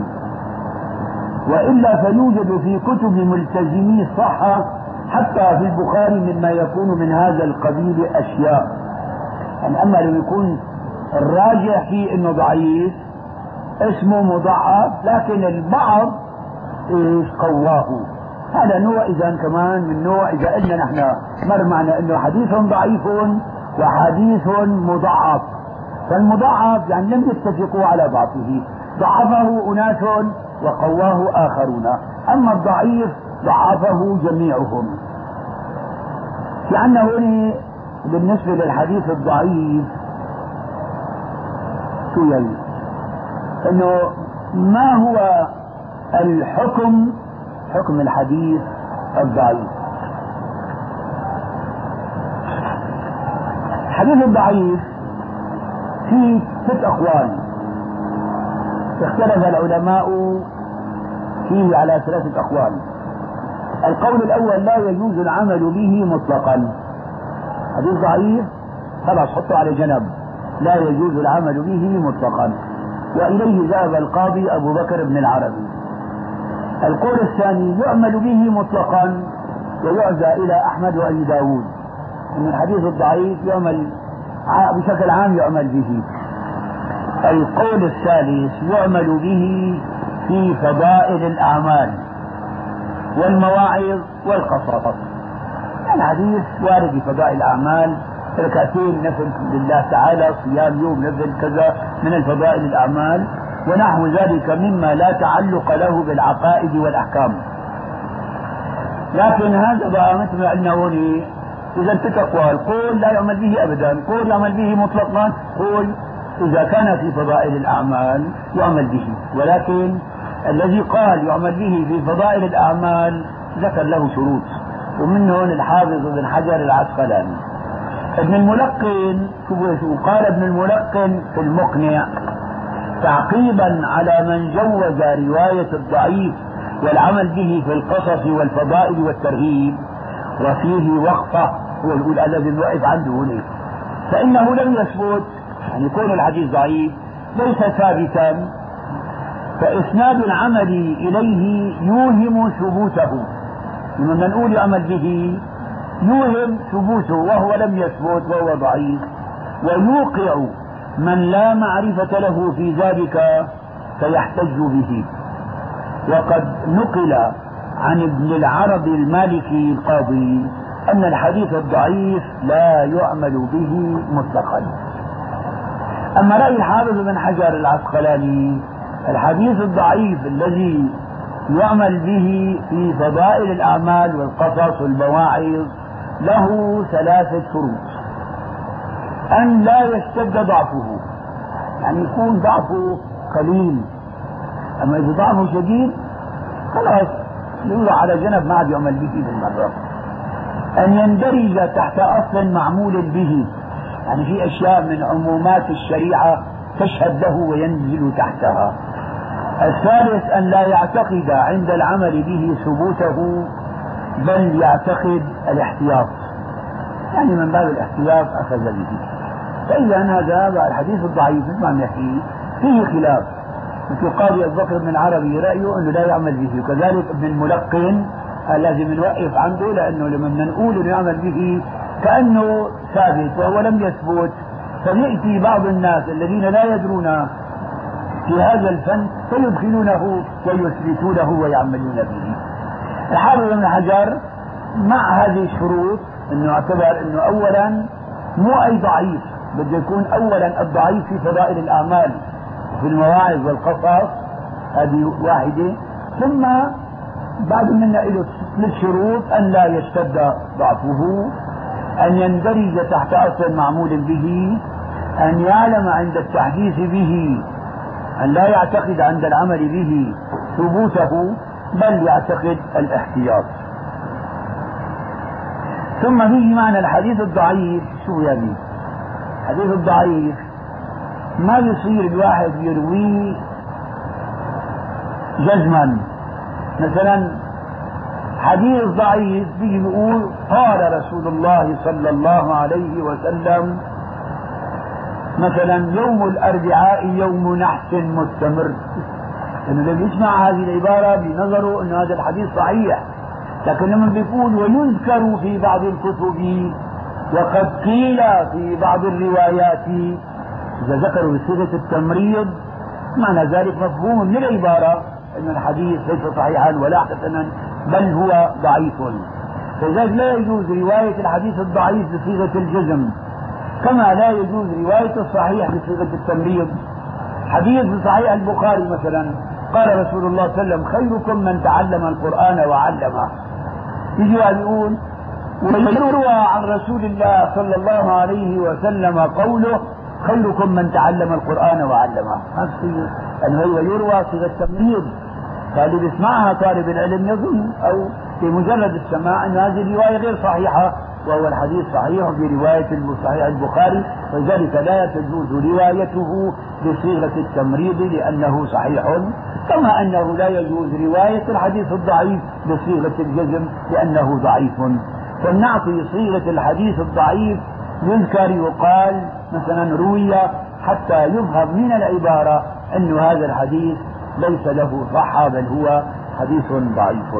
والا فيوجد في كتب ملتزمي الصحة حتى في البخاري مما يكون من هذا القبيل اشياء. يعني اما لو يكون الراجح فيه انه ضعيف اسمه مضاعف، لكن البعض ايش قواه. هذا نوع إذا كمان من نوع، إذا قلنا نحن مر معنا أنه حديث ضعيف وحديث مضعف، فالمضعف يعني لم يتفقوا على ضعفه، ضعفه أناس وقواه آخرون، أما الضعيف ضعفه جميعهم. لأنه هنا بالنسبة للحديث الضعيف شو يعني؟ أنه ما هو الحكم، حكم الحديث الضعيف؟ الحديث الضعيف فيه ست أقوال اختلف العلماء فيه على ثلاثة أقوال. القول الأول لا يجوز العمل به مطلقا، حديث ضعيف خلاص حطه على جنب، لا يجوز العمل به مطلقا، وإليه ذهب القاضي أبو بكر بن العربي. القول الثاني يعمل به مطلقا ويعزى إلى أحمد وأبي داود، أن الحديث الضعيف يعمل بشكل عام يعمل به. القول الثالث يعمل به في فضائل الأعمال والمواعظ والقصص، الحديث وارد في فضائل الأعمال، ركعتين نفل لله تعالى، صيام يوم نفل كذا من الفضائل الأعمال ونحو ذلك مما لا تعلق له بالعقائد والأحكام. لكن هذا بقى مثل ما قلنا هون، إذا تتقوى القول لا يعمل به أبدا، قول يعمل به مطلقا، قول إذا كان في فضائل الأعمال يعمل به، ولكن الذي قال يعمل به في فضائل الأعمال ذكر له شروط، ومن هون الحافظ ابن حجر العسقلاني. ابن الملقن شو قال ابن الملقن في المقنع تعقيبا على من جوز رواية الضعيف والعمل به في القصص والفضائل والترهيب، وفيه وقفة، هو يقول الذي نوقف عنده هنا، فإنه لم يثبت، يعني يكون الحديث ضعيف ليس ثابتا، فإسناد العمل إليه يوهم ثبوته، لما نقول يعمل به يوهم ثبوته وهو لم يثبت وهو ضعيف، ويوقع من لا معرفة له في ذلك فيحتج به. وقد نقل عن ابن العربي المالكي القاضي أن الحديث الضعيف لا يعمل به مطلقا. أما رأي الحافظ بن حجر العسقلاني الحديث الضعيف الذي يعمل به في فضائل الأعمال والقصص والمواعظ له ثلاثة شروط: أن لا يشتد ضعفه، يعني يكون ضعفه قليل، أما إذا ضعفه شديد خلاص يوضع على جنب ما عاد يعمل به بالمرة. أن يندرج تحت أصل معمول به، يعني في أشياء من عمومات الشريعة تشهد له وينزل تحتها. الثالث أن لا يعتقد عند العمل به ثبوته، بل يعتقد الاحتياط، يعني من باب الاحتياط أخذ به. فإذا هذا الحديث الضعيف مثل ما نحكي فيه خلاف، مثل قاضي أبو بكر بن العربي رأيه أنه لا يعمل به، وكذلك ابن الملقن لازم نوقف عنده، لأنه لما نقول أنه يعمل به كأنه ثابت وهو لم يثبت، فيأتي بعض الناس الذين لا يدرون في هذا الفن فيدخلونه ويثبتونه ويعملون به. الحافظ ابن حجر مع هذه الشروط انه اعتبر انه اولا مو اي ضعيف، بده يكون اولا الضعيف في فضائل الاعمال في المواعظ والقصص، هذه واحدة، ثم بعد منا له ثلاث شروط: ان لا يشتد ضعفه، ان يندرج تحت اصل معمول به، ان يعلم عند التحديث به، ان لا يعتقد عند العمل به ثبوته، بل يعتقد الاحتياط. ثم فيه معنى الحديث الضعيف. شو يعني الحديث الضعيف؟ ما بيصير الواحد يرويه جزما، مثلا حديث ضعيف بيجي بيقول قال رسول الله صلى الله عليه وسلم مثلا يوم الاربعاء يوم نحس مستمر، لأنه لما يسمع هذه العبارة بنظره أن هذا الحديث صحيح، لكن لما بيقول ويذكر في بعض الكتب وقد قيل في بعض الروايات، إذا ذكروا بصيغة التمريض معنى ذلك مفهوم من العبارة أن الحديث ليس صحيحا ولا حسنا، بل هو ضعيف. فلذلك لا يجوز رواية الحديث الضعيف بصيغة الجزم، كما لا يجوز رواية الصحيح بصيغة التمريض. حديث في صحيح البخاري مثلا قال رسول الله صلى الله عليه وسلم: خيركم من تعلم القرآن وعلمه. يجي واحد يقول: ويروى عن رسول الله صلى الله عليه وسلم قوله: خيركم من تعلم القرآن وعلمه. هذا هو يروى صيغة التمريض، فاللي بيسمعها طالب العلم يظن او في مجرد السماع ان هذه الرواية غير صحيحة، وهو الحديث صحيح برواية صحيح البخاري، وذلك لا تجوز روايته بصيغة التمريض لأنه صحيح، كما أنه لا يجوز رواية الحديث الضعيف بصيغة الجزم لأنه ضعيف. فلنعطي صيغة الحديث الضعيف يذكر يقال مثلا روي، حتى يفهم من العبارة أن هذا الحديث ليس له صحة بل هو حديث ضعيف.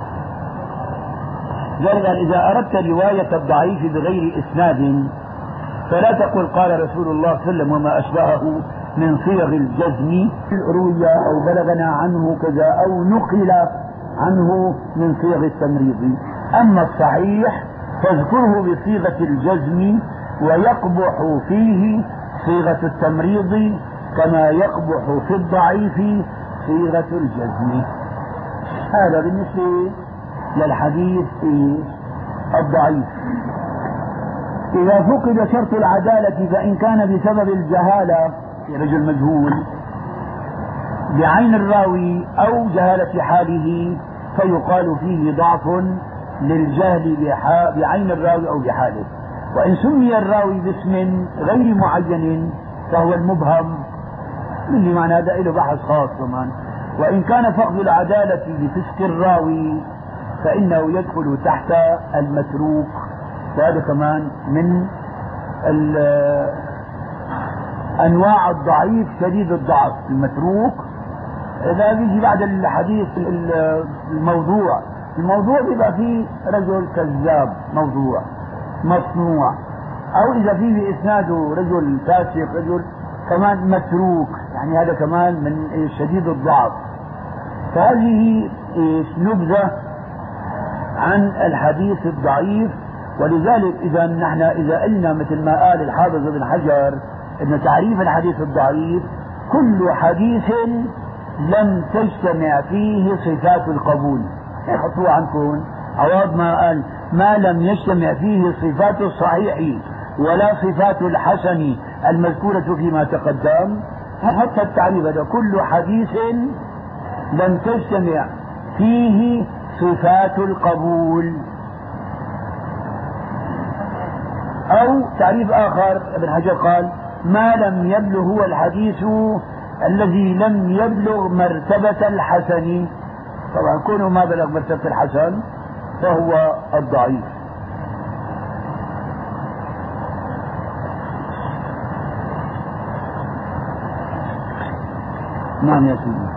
ذلك إذا أردت رواية الضعيف بغير إسناد فلا تقل قال رسول الله صلى الله عليه وسلم وما أشبهه من صيغ الجزم روي أو بلغنا عنه كذا أو نقل عنه من صيغ التمريض. أما الصحيح فاذكره بصيغة الجزم، ويقبح فيه صيغة التمريض كما يقبح في الضعيف صيغة الجزم. هذا بالنسبة للحديث الضعيف. إذا فقد شرط العدالة فإن كان بسبب الجهالة في رجل مجهول بعين الراوي أو جهالة حاله فيقال فيه ضعف للجهل بعين الراوي أو بحاله. وإن سمي الراوي باسم غير معين فهو المبهم، اللي معنى هذا له بحث خاص كمان. وإن كان فقد العدالة بفسق الراوي فإنه يدخل تحت المتروك، وهذا كمان من أنواع الضعيف شديد الضعف. المتروك إذا بيجي بعد الحديث الموضوع، الموضوع بيبقى فيه رجل كذاب موضوع مصنوع، أو إذا فيه بإسناده رجل فاسق رجل كمان متروك، يعني هذا كمان من شديد الضعف. فهذه نبذة عن الحديث الضعيف. ولذلك إذا نحن إذا قلنا مثل ما قال الحافظ ابن حجر أن تعريف الحديث الضعيف كل حديث لم تجتمع فيه صفات القبول. حطوها عنكم عوض ما قال ما لم يجتمع فيه صفات الصحيح ولا صفات الحسن المذكورة فيما تقدم. حتى التعريف هذا كل حديث لم تجتمع فيه صفات القبول. أو تعريف آخر ابن حجر قال ما لم يبلغ هو الحديث الذي لم يبلغ مرتبة الحسن. طبعا كونه ما بلغ مرتبة الحسن فهو الضعيف. نعم يا سيدي.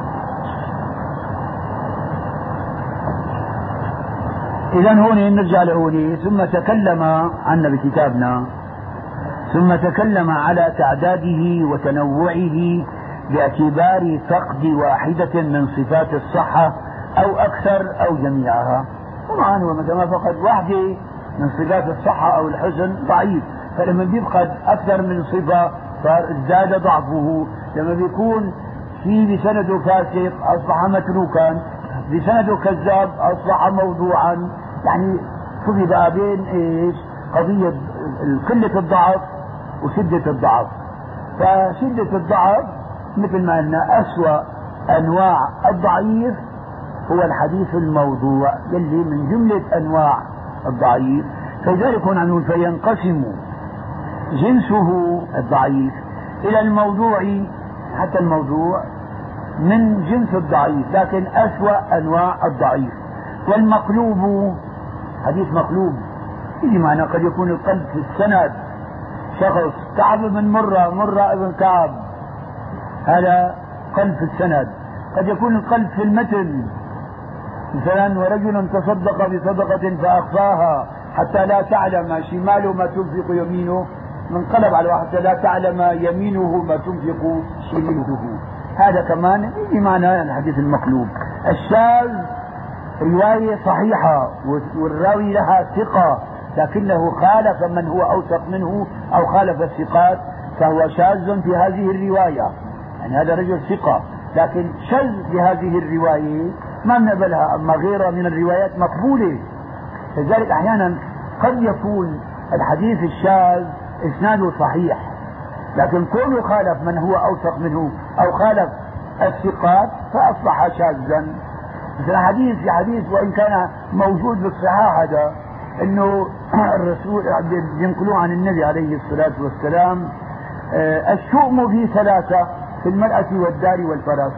إذا هون نرجع لهون. ثم تكلم عنا بكتابنا ثم تكلم على تعداده وتنوعه باعتبار فقد واحدة من صفات الصحة أو أكثر أو جميعها. طبعا هو مثل ما فقد واحدة من صفات الصحة أو الحسن ضعيف، فلما بيفقد أكثر من صفة صار ازداد ضعفه. لما بيكون في بسنده فاسق أصبح متروكا، بسنده كذاب أصبح موضوعا. يعني شوفي بقى بين ايش قضية قلة الضعف وشدة الضعف. فشدة الضعف مثل ما قلنا أسوأ أنواع الضعيف هو الحديث الموضوع يلي من جملة أنواع الضعيف. فلذلك هنا نقول فينقسم جنسه الضعيف إلى الموضوع، حتى الموضوع من جنس الضعيف لكن أسوأ أنواع الضعيف. والمقلوب حديث مقلوب يجي معنا قد يكون القلب في السند، شخص كعب بن مرة مرة ابن كعب هذا قلب في السند. قد يكون القلب في المتن مثلا ورجل تصدق بصدقة فأخفاها حتى لا تعلم شماله ما تنفق يمينه، منقلب على واحد حتى لا تعلم يمينه ما تنفق شماله. هذا كمان يجي معنا الحديث المقلوب. الشاذ رواية صحيحة والراوي لها ثقة لكنه خالف من هو أوثق منه أو خالف الثقات فهو شاذ في هذه الرواية. يعني هذا رجل ثقة لكن شذ بهذه الرواية ما نقبلها، أما غيرها من الروايات مقبولة. لذلك أحيانا قد يكون الحديث الشاذ إسناده صحيح لكن كونه خالف من هو أوثق منه أو خالف الثقات فأصبح شاذا. مثل حديث في حديث وإن كان موجود بالصحاح هذا انه الرسول ينقلوه عن النبي عليه الصلاة والسلام الشؤم في ثلاثة في المرأة والدار والفرس.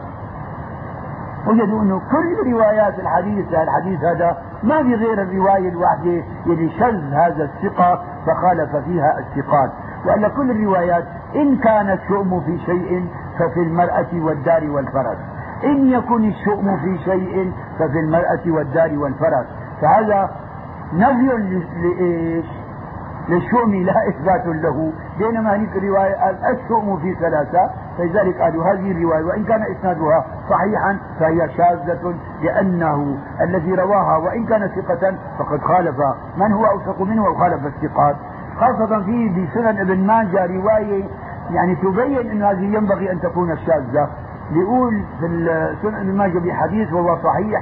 وجدوا انه كل روايات الحديث الحديث هذا ما في غير الرواية الواحدة يلي شذ هذا الثقة فخالف فيها الثقات، وإلا كل الروايات إن كان الشؤم في شيء ففي المرأة والدار والفرس، إن يكن الشؤم في شيء ففي المرأة والدار والفرس. فهذا نفي لإيش؟ للشؤم لا إثبات له، بينما هذه الرواية الشؤم في ثلاثة، فلذلك قالوا هذه الرواية وإن كان إسنادها صحيحا فهي شاذة لأنه الذي رواها وإن كان ثقة فقد خالف من هو أوثق منه وخالف الثقات. خاصة في بسنن ابن ماجه رواية يعني تبين أن هذه ينبغي أن تكون شاذة. بيقول في سنن ابن ماجه بحديث وهو صحيح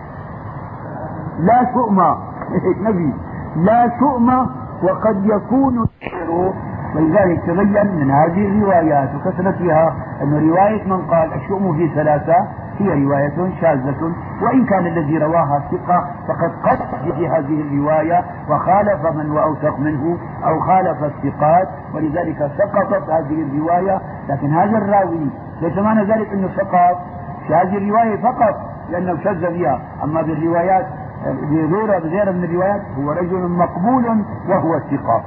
لا شؤم نبي لا شؤم وقد يكون غيره. ولذلك تبين من هذه الروايات وكثرتها أن رواية من قال الشؤم في ثلاثة هي رواية شاذة، وإن كان الذي رواها ثقة فقد قصد في هذه الرواية وخالف من هو أوثق منه أو خالف الثقات، ولذلك سقطت هذه الرواية. لكن هذا الراوي ليس معنى ذلك أنه سقط في هذه الرواية فقط لأنه شذ فيها، أما بالروايات بغيرها بغيرها من الروايات هو رجل مقبول وهو الثقة.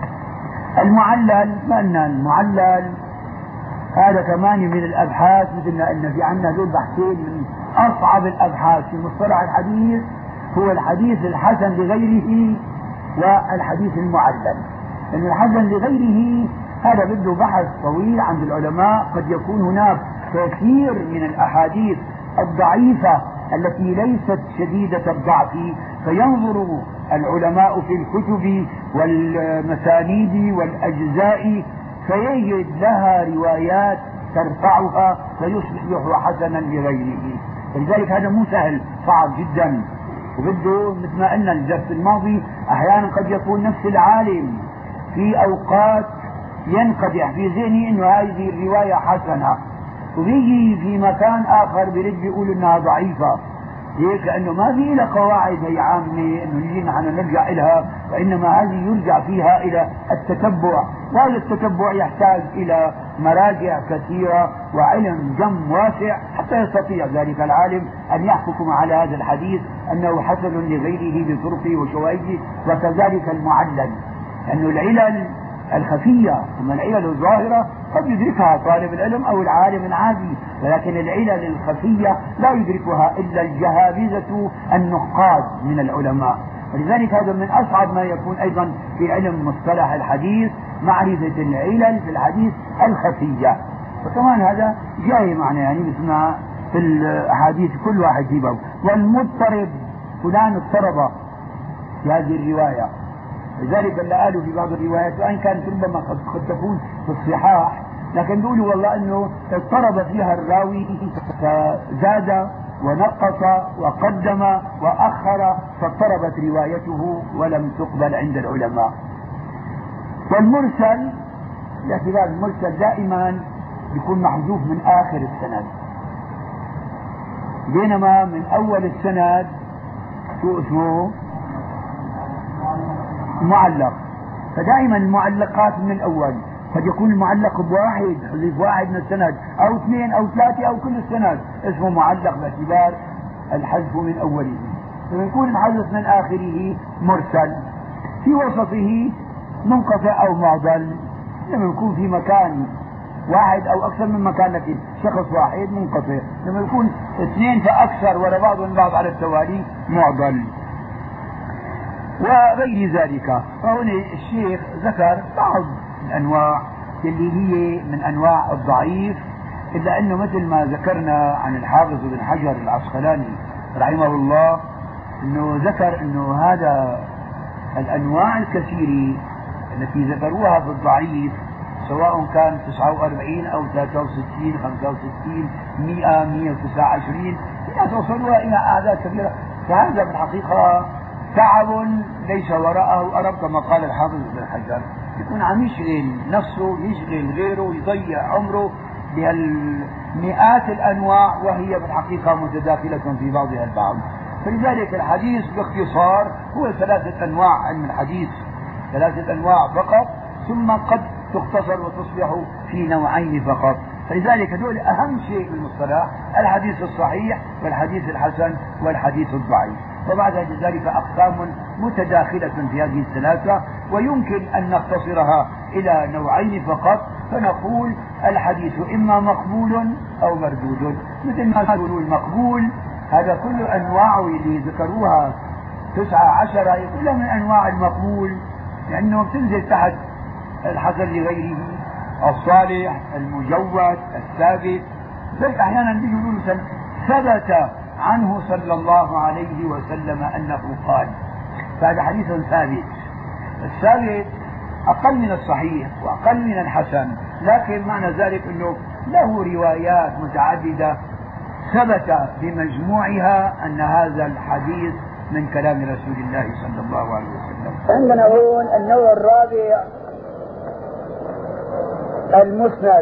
المعلل، ما أن المعلل هذا كمان من الأبحاث، مثل ما قلنا في عندنا هذول بحثين من أصعب الأبحاث في مصطلح الحديث، هو الحديث الحسن لغيره والحديث المعلل. لأن الحسن لغيره هذا بده بحث طويل عند العلماء، قد يكون هناك كثير من الأحاديث الضعيفة التي ليست شديدة الضعف، فينظر العلماء في الكتب والمسانيد والأجزاء فيجد لها روايات ترفعها فيصبح حسنا لغيره. فلذلك هذا مو سهل، صعب جدا، وبده مثل ما قلنا الدرس الماضي أحيانا قد يكون نفس العالم في أوقات ينقدح في ذهنه إنه هذه الرواية حسنة، وبيجي في مكان آخر بيرد يقول إنها ضعيفة. هيك لأنه ما في لها قواعد هي عامة إنه نجي نحن نرجع إلها، وإنما هذه يرجع فيها إلى التتبع، وهذا التتبع يحتاج إلى مراجع كثيرة وعلم جم واسع حتى يستطيع ذلك العالم أن يحكم على هذا الحديث أنه حسن لغيره بطرقه وشواهده. وكذلك المعلل، لأنه العلل الخفية ثم العلل الظاهرة قد يدركها طالب العلم أو العالم العادي، ولكن العلل الخفية لا يدركها إلا الجهابذة النقاد من العلماء. ولذلك هذا من أصعب ما يكون أيضا في علم مصطلح الحديث، معرفة العلل في الحديث الخفية. وكمان هذا جاي معنا يعني مثل ما في الأحاديث كل واحد في باب. والمضطرب، فلان اضطرب في هذه الرواية، لذلك اللي قالوا في بعض الروايات وإن كانت ربما قد تكون في الصحاح، لكن بيقولوا والله انه اضطرب فيها الراوي فزاد ونقص وقدم وأخر فاضطربت روايته ولم تقبل عند العلماء. والمرسل، باعتبار المرسل دائما يكون محذوف من آخر السند، بينما من أول السند شو اسمه معلق. فدائما المعلقات من الأول قد يكون المعلق بواحد، حذف واحد من السند أو اثنين أو ثلاثة أو كل السند اسمه معلق باعتبار الحذف من أوله. لما يكون الحذف من آخره مرسل، في وسطه منقطع أو معضل. لما يكون في مكان واحد أو أكثر من مكان لكن شخص واحد منقطع، لما يكون اثنين فأكثر ولا بعض من بعض على التوالي معضل وغير ذلك. فهنا الشيخ ذكر بعض الأنواع اللي هي من أنواع الضعيف، إلا أنه مثل ما ذكرنا عن الحافظ بن حجر العسقلاني رحمه الله أنه ذكر أنه هذا الأنواع الكثيرة التي ذكروها في الضعيف سواء كان تسعة وأربعين أو ثلاثة وستين خمسة وستين مئة مئة وتسعة وعشرين توصلوها إلى أعداد كبيرة، فهذا بالحقيقة تعب ليس وراءه أرب كما قال الحافظ ابن حجر. يكون عم يشغل نفسه يشغل غيره يضيع عمره بهالمئات الأنواع وهي بالحقيقة متداخلة في بعضها البعض. فلذلك الحديث باختصار هو ثلاثة أنواع علم الحديث، ثلاثة أنواع فقط، ثم قد تختصر وتصبح في نوعين فقط. فلذلك هذول أهم شيء بالمصطلح الحديث الصحيح والحديث الحسن والحديث الضعيف، وبعد ذلك أقسام متداخلة في هذه الثلاثة، ويمكن أن نختصرها إلى نوعين فقط فنقول الحديث إما مقبول أو مردود. مثل ما يقولوا المقبول هذا كل أنواعه اللي ذكروها تسعة عشر يقول من أنواع المقبول لأنه بتنزل تحت الحسن لغيره، الصالح، المجود، الثابت. ذلك أحيانا بيقولوا ثبت عنه صلى الله عليه وسلم أنه قال، فهذا حديث ثابت. الثابت أقل من الصحيح وأقل من الحسن، لكن معنى ذلك أنه له روايات متعددة ثبت بمجموعها أن هذا الحديث من كلام رسول الله صلى الله عليه وسلم. عندنا هون النوع الرابع المسند.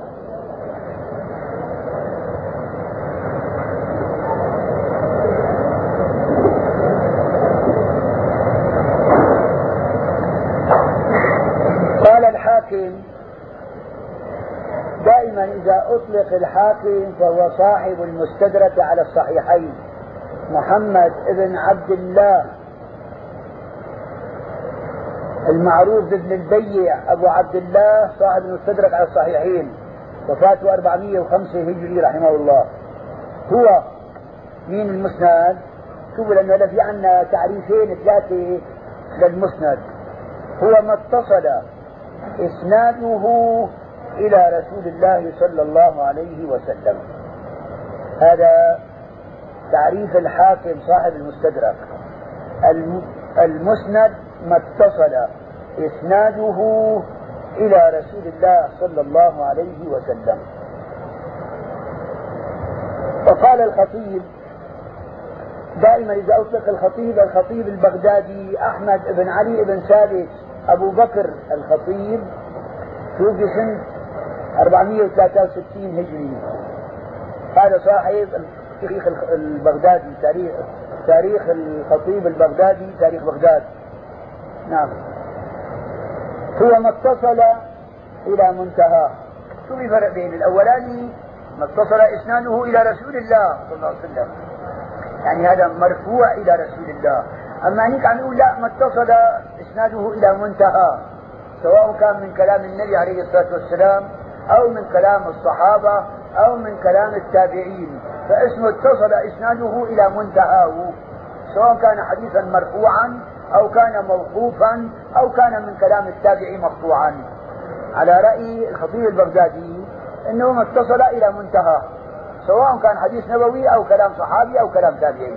قال الحاكم دائما إذا أطلق الحاكم فهو صاحب المستدرك على الصحيحين، محمد ابن عبد الله المعروف بابن البيع أبو عبد الله صاحب المستدرك على الصحيحين، وفاته أربعمئة وخمسة هجري رحمه الله. هو مين المسند؟ شوفوا لأنه في عندنا تعريفين ثلاثة للمسند. هو ما اتصل إسناده إلى رسول الله صلى الله عليه وسلم، هذا تعريف الحاكم صاحب المستدرك. المسند ما اتصل إسناده إلى رسول الله صلى الله عليه وسلم. وقال الخطيب دائما إذا أطلق الخطيب الخطيب البغدادي أحمد بن علي بن ثابت أبو بكر الخطيب توفي سنة أربعمئة وثلاثة وستين هجري، هذا صاحب التاريخ البغدادي، تاريخ تاريخ الخطيب البغدادي، تاريخ بغداد. نعم. هو ما اتصل إلى منتهى. شو الفرق بين الأولاني ما اتصل إسناده إلى رسول الله صلى الله عليه وسلم، يعني هذا مرفوع إلى رسول الله، أما هنيك عم يقول لا ما اتصل إسناده إلى منتهى، سواء كان من كلام النبي عليه الصلاة والسلام أو من كلام الصحابة أو من كلام التابعين، فاسمه اتصل إسناده إلى منتهاه، سواء كان حديثا مرفوعا أو كان موقوفا أو كان من كلام التابعي مقطوعا. على رأي الخطيب البغدادي أنه ما اتصل إلى منتهى، سواء كان حديث نبوي أو كلام صحابي أو كلام تابعي.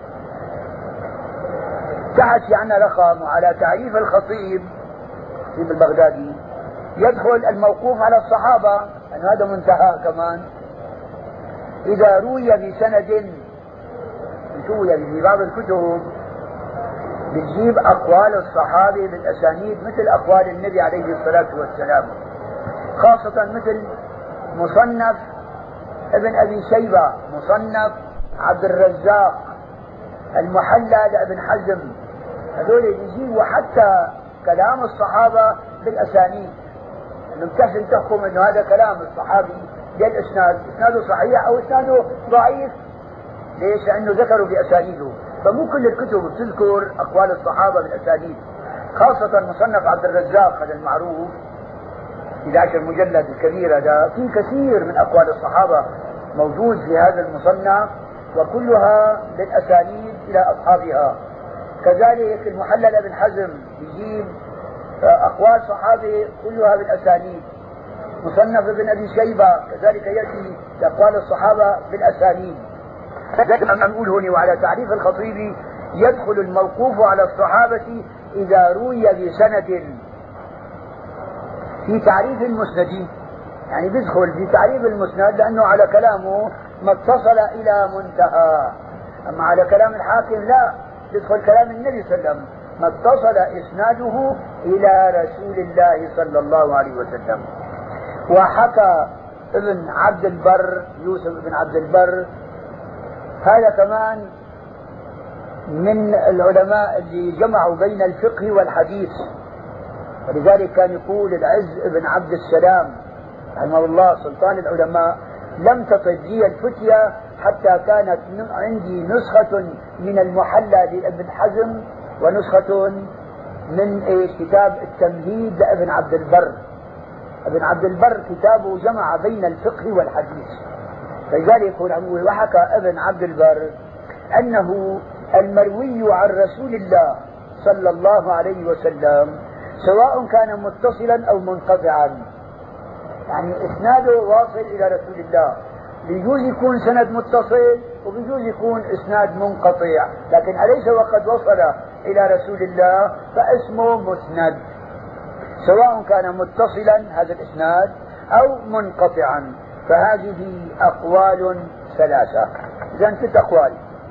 تحت في عنا رقم على تعريف الخطيب الخطيب البغدادي يدخل الموقوف على الصحابة أن هذا منتهى كمان. إذا روي بسند، روي في بعض الكتب بتجيب أقوال الصحابة بالأسانيد مثل أقوال النبي عليه الصلاة والسلام، خاصة مثل مصنف ابن أبي شيبة، مصنف عبد الرزاق، المحلى لابن حزم، هذول يجيبوا حتى كلام الصحابة بالأسانيد، انه بتحسن تحكم انه هذا كلام الصحابي بالاسناد، اسناده صحيح او اسناده ضعيف. ليش؟ لانه ذكروا باسانيده، فمو كل الكتب بتذكر اقوال الصحابة بالاسانيد، خاصة مصنف عبد الرزاق هذا المعروف إحدى عشر مجلد الكبير، هذا في كثير من اقوال الصحابة موجود في هذا المصنف وكلها بالاسانيد الى اصحابها. كذلك المحلى لابن حزم يجيب أقوال صحابه كلها بالأسانيد. مصنف ابن أبي شيبة كذلك يأتي بأقوال الصحابة بالأسانيد. لكن أنا نقول هنا وعلى تعريف الخطيب يدخل الموقوف على الصحابة إذا روي بسند. في تعريف المسند يعني بيدخل في تعريف المسند لأنه على كلامه ما اتصل إلى منتهى، أما على كلام الحاكم لا، يدخل كلام النبي صلى الله عليه وسلم ما اتصل إسناده إلى رسول الله صلى الله عليه وسلم. وحكى ابن عبد البر، يوسف بن عبد البر، هذا كمان من العلماء اللي جمعوا بين الفقه والحديث، ولذلك كان يقول العز بن عبد السلام رحمه الله سلطان العلماء: لم تطب لي الفتية حتى كانت عندي نسخة من المحلى لابن حزم ونسخة من كتاب التمهيد لابن عبد البر. ابن عبد البر كتابه جمع بين الفقه والحديث، فلذلك يقول: وحكى ابن عبد البر أنه المروي عن رسول الله صلى الله عليه وسلم سواء كان متصلا أو منقطعا، يعني إسناده واصل إلى رسول الله، بيجوز يكون سند متصل وبيجوز يكون إسناد منقطع، لكن أليس وقد وصل إلى رسول الله فاسمه مسند، سواء كان متصلا هذا الإسناد أو منقطعا. فهذه أقوال ثلاثة، إذن ست أقوال،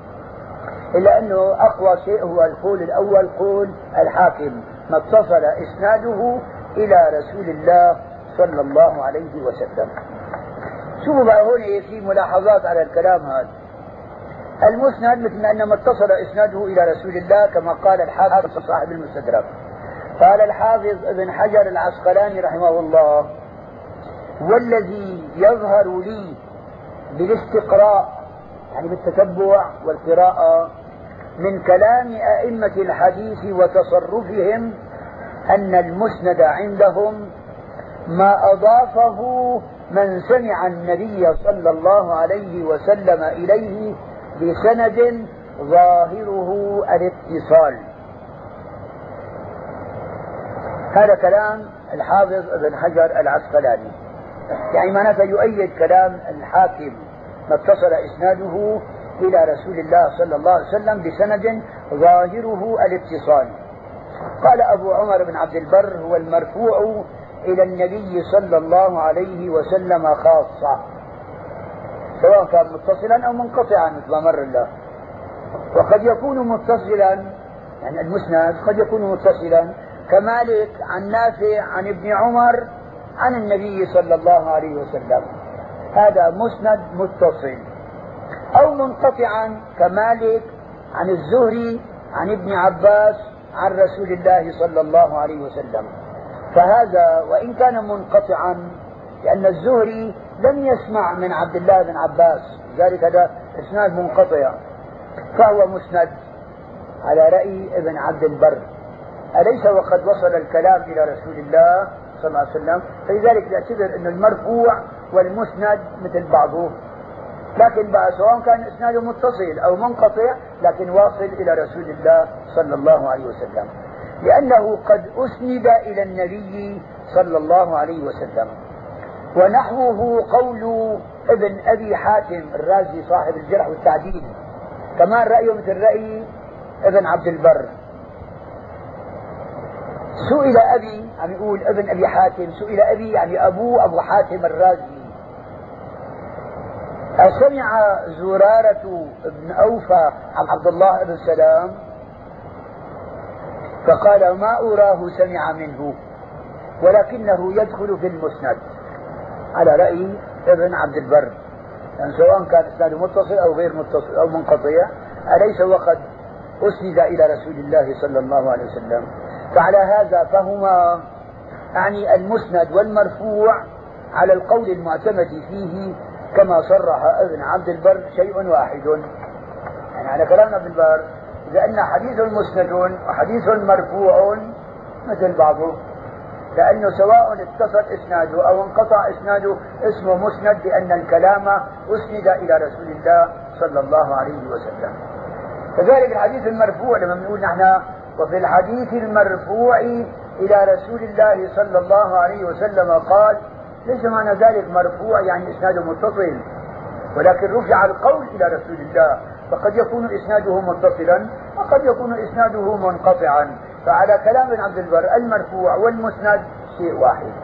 إلا أنه أقوى شيء هو القول الأول، قول الحاكم ما اتصل إسناده إلى رسول الله صلى الله عليه وسلم. شوفوا بقى هون في ملاحظات على الكلام هذا. المسند مثل أن ما اتصل إسناده إلى رسول الله كما قال الحافظ صاحب المستدرك. قال الحافظ ابن حجر العسقلاني رحمه الله: والذي يظهر لي بالاستقراء يعني بالتتبع والقراءة من كلام أئمة الحديث وتصرفهم أن المسند عندهم ما أضافه من سمع النبي صلى الله عليه وسلم إليه بسند ظاهره الاتصال. هذا كلام الحافظ ابن حجر العسقلاني، يعني معناته يؤيد كلام الحاكم ما اتصل إسناده إلى رسول الله صلى الله عليه وسلم بسند ظاهره الاتصال. قال أبو عمر بن عبد البر: هو المرفوع إلى النبي صلى الله عليه وسلم خاصة، سواء كان متصلا أو منقطعا مثل ما مر الله. وقد يكون متصلا، يعني المسند قد يكون متصلا كمالك عن نافع عن ابن عمر عن النبي صلى الله عليه وسلم، هذا مسند متصل، أو منقطعا كمالك عن الزهري عن ابن عباس عن رسول الله صلى الله عليه وسلم، فهذا وإن كان منقطعا لأن الزهري لم يسمع من عبد الله بن عباس، ذلك هذا إسناد منقطع، فهو مسند على رأي ابن عبد البر. أليس وقد وصل الكلام إلى رسول الله صلى الله عليه وسلم؟ فلذلك يعتبر أن المرفوع والمسند مثل بعضه، لكن بقى سواء كان إسناده متصل أو منقطع لكن واصل إلى رسول الله صلى الله عليه وسلم، لأنه قد أسند إلى النبي صلى الله عليه وسلم. ونحوه قول ابن أبي حاتم الرازي صاحب الجرح والتعديل، كمان رأيه مثل رأي ابن عبد البر. سئل أبي، عم يقول ابن أبي حاتم، سئل أبي يعني أبوه أبو حاتم الرازي: أسمع زرارة بن أوفى عبد الله بن سلام؟ فقال: ما أراه سمع منه، ولكنه يدخل في المسند، على رأي ابن عبد البر، يعني سواء كان إسناده متصل أو غير متصل أو منقطع، أليس وقد أسند إلى رسول الله صلى الله عليه وسلم؟ فعلى هذا فهما يعني المسند والمرفوع على القول المعتمد فيه كما صرح ابن عبد البر شيء واحد، يعني على كلام ابن البر لأن حديث مسند وحديث مرفوع مثل بعضه، لأنه سواء اتصل إسناده أو انقطع إسناده اسمه مسند، لأن الكلام أسند إلى رسول الله صلى الله عليه وسلم. كذلك الحديث المرفوع لما نقول نحن: وفي الحديث المرفوع إلى رسول الله صلى الله عليه وسلم قال، ليس معنى ذلك مرفوع يعني إسناده متصل، ولكن رفع القول إلى رسول الله فقد يكون إسناده متصلا وقد يكون إسناده منقطعا. فعلى كلام ابن عبد البر المرفوع والمسند شيء واحد.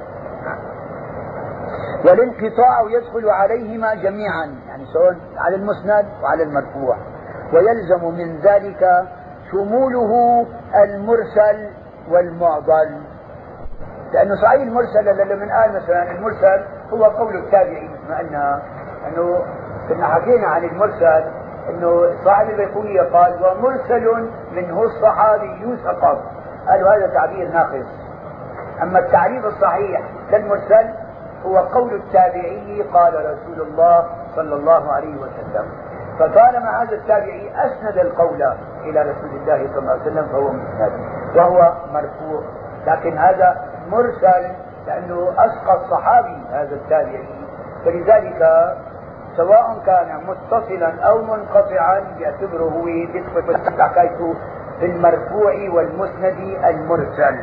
والانقطاع يدخل عليهما جميعا، يعني سواء على المسند وعلى المرفوع، ويلزم من ذلك شموله المرسل والمعضل. لأنه صحيح المرسل لما قال مثلا المرسل هو قول التابعي، مثل أن أنه كنا حكينا عن المرسل أنه صاحب البيقونية قال ومرسل منه الصحابي سقط، قالوا هذا تعبير ناقص. أما التعريف الصحيح للمرسل هو قول التابعي قال رسول الله صلى الله عليه وسلم. فطالما هذا التابعي أسند القول إلى رسول الله صلى الله عليه وسلم فهو مسند وهو مرفوع. لكن هذا مرسل لأنه أسقط صحابي هذا التابعي، فلذلك سواء كان متصلا أو منقطعا يعتبره هو يدخل حكايته في المرفوع والمسند المرسل.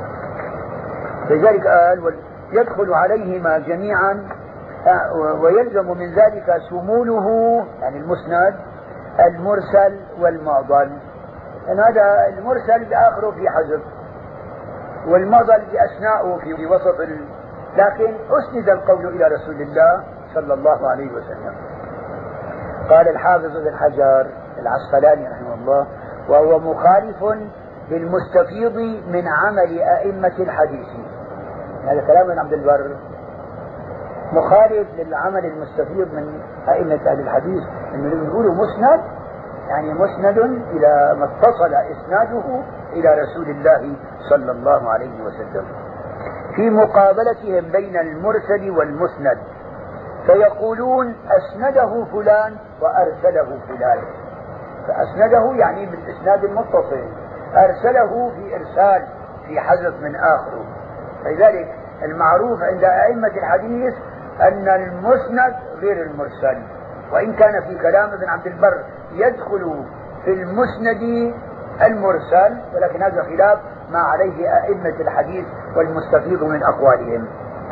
لذلك قال يدخل عليهما جميعا ويلزم من ذلك شموله، يعني المسند المرسل والمعضل. لأن هذا المرسل بآخره في حذف والمعضل بأثناءه في وسط ال... لكن أسند القول إلى رسول الله صلى الله عليه وسلم. قال الحافظ ابن حجر العسقلاني رحمه الله وهو مخالف بالمستفيض من عمل أئمة الحديث. هذا كلام ابن عبد البر، مخالف للعمل المستفيض من أئمة أهل الحديث، إنه يقولوا مسند يعني مسند إلى ما اتصل إسناده إلى رسول الله صلى الله عليه وسلم، في مقابلتهم بين المرسل والمسند، فيقولون أسنده فلان وأرسله فلان. فأسنده يعني بالإسناد المتصل، أرسله في إرسال في حذف من آخره. لذلك المعروف عند أئمة الحديث أن المسند غير المرسل، وإن كان في كلام ابن عبد البر يدخل في المسند المرسل، ولكن هذا خلاف ما عليه أئمة الحديث والمستفيض من أقوالهم.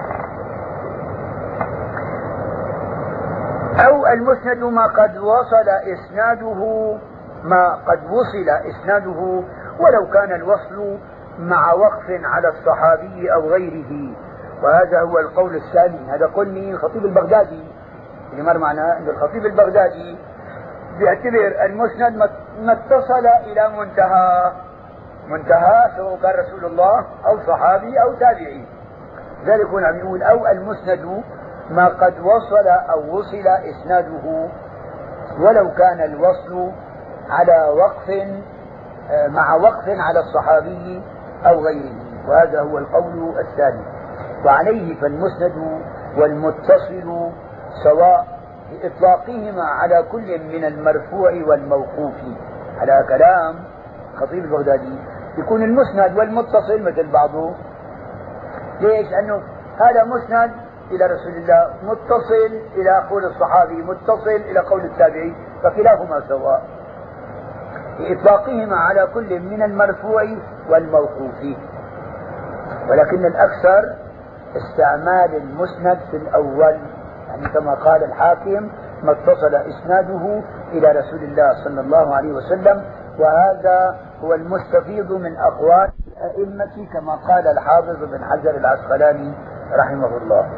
أو المسند ما قد وصل إسناده ما قد وصل إسناده ولو كان الوصل مع وقف على الصحابي أو غيره، وهذا هو القول الثاني. هذا قول من الخطيب البغدادي اللي مر معنا أن الخطيب البغدادي بيعتبر المسند ما اتصل إلى منتهى منتهى سواء كان رسول الله أو صحابي أو تابعي. ذلك هنا عم يقول أو المسند ما قد وصل أو وصل إسناده ولو كان الوصل على وقف مع وقف على الصحابي أو غيره، وهذا هو القول الثاني. وعليه فالمسند والمتصل سواء بإطلاقهما على كل من المرفوع والموقوف. على كلام خطيب البغدادي يكون المسند والمتصل مثل بعضه. ليش؟ لأنه هذا مسند إلى رسول الله، متصل إلى قول الصحابي، متصل إلى قول التابعي، فكلاهما سواء بإطلاقهما على كل من المرفوع والموقوف. ولكن الأكثر استعمال المسند في الأول، يعني كما قال الحاكم ما اتصل إسناده إلى رسول الله صلى الله عليه وسلم، وهذا هو المستفيض من أقوال الأئمة كما قال الحافظ بن حجر العسقلاني رحمه الله.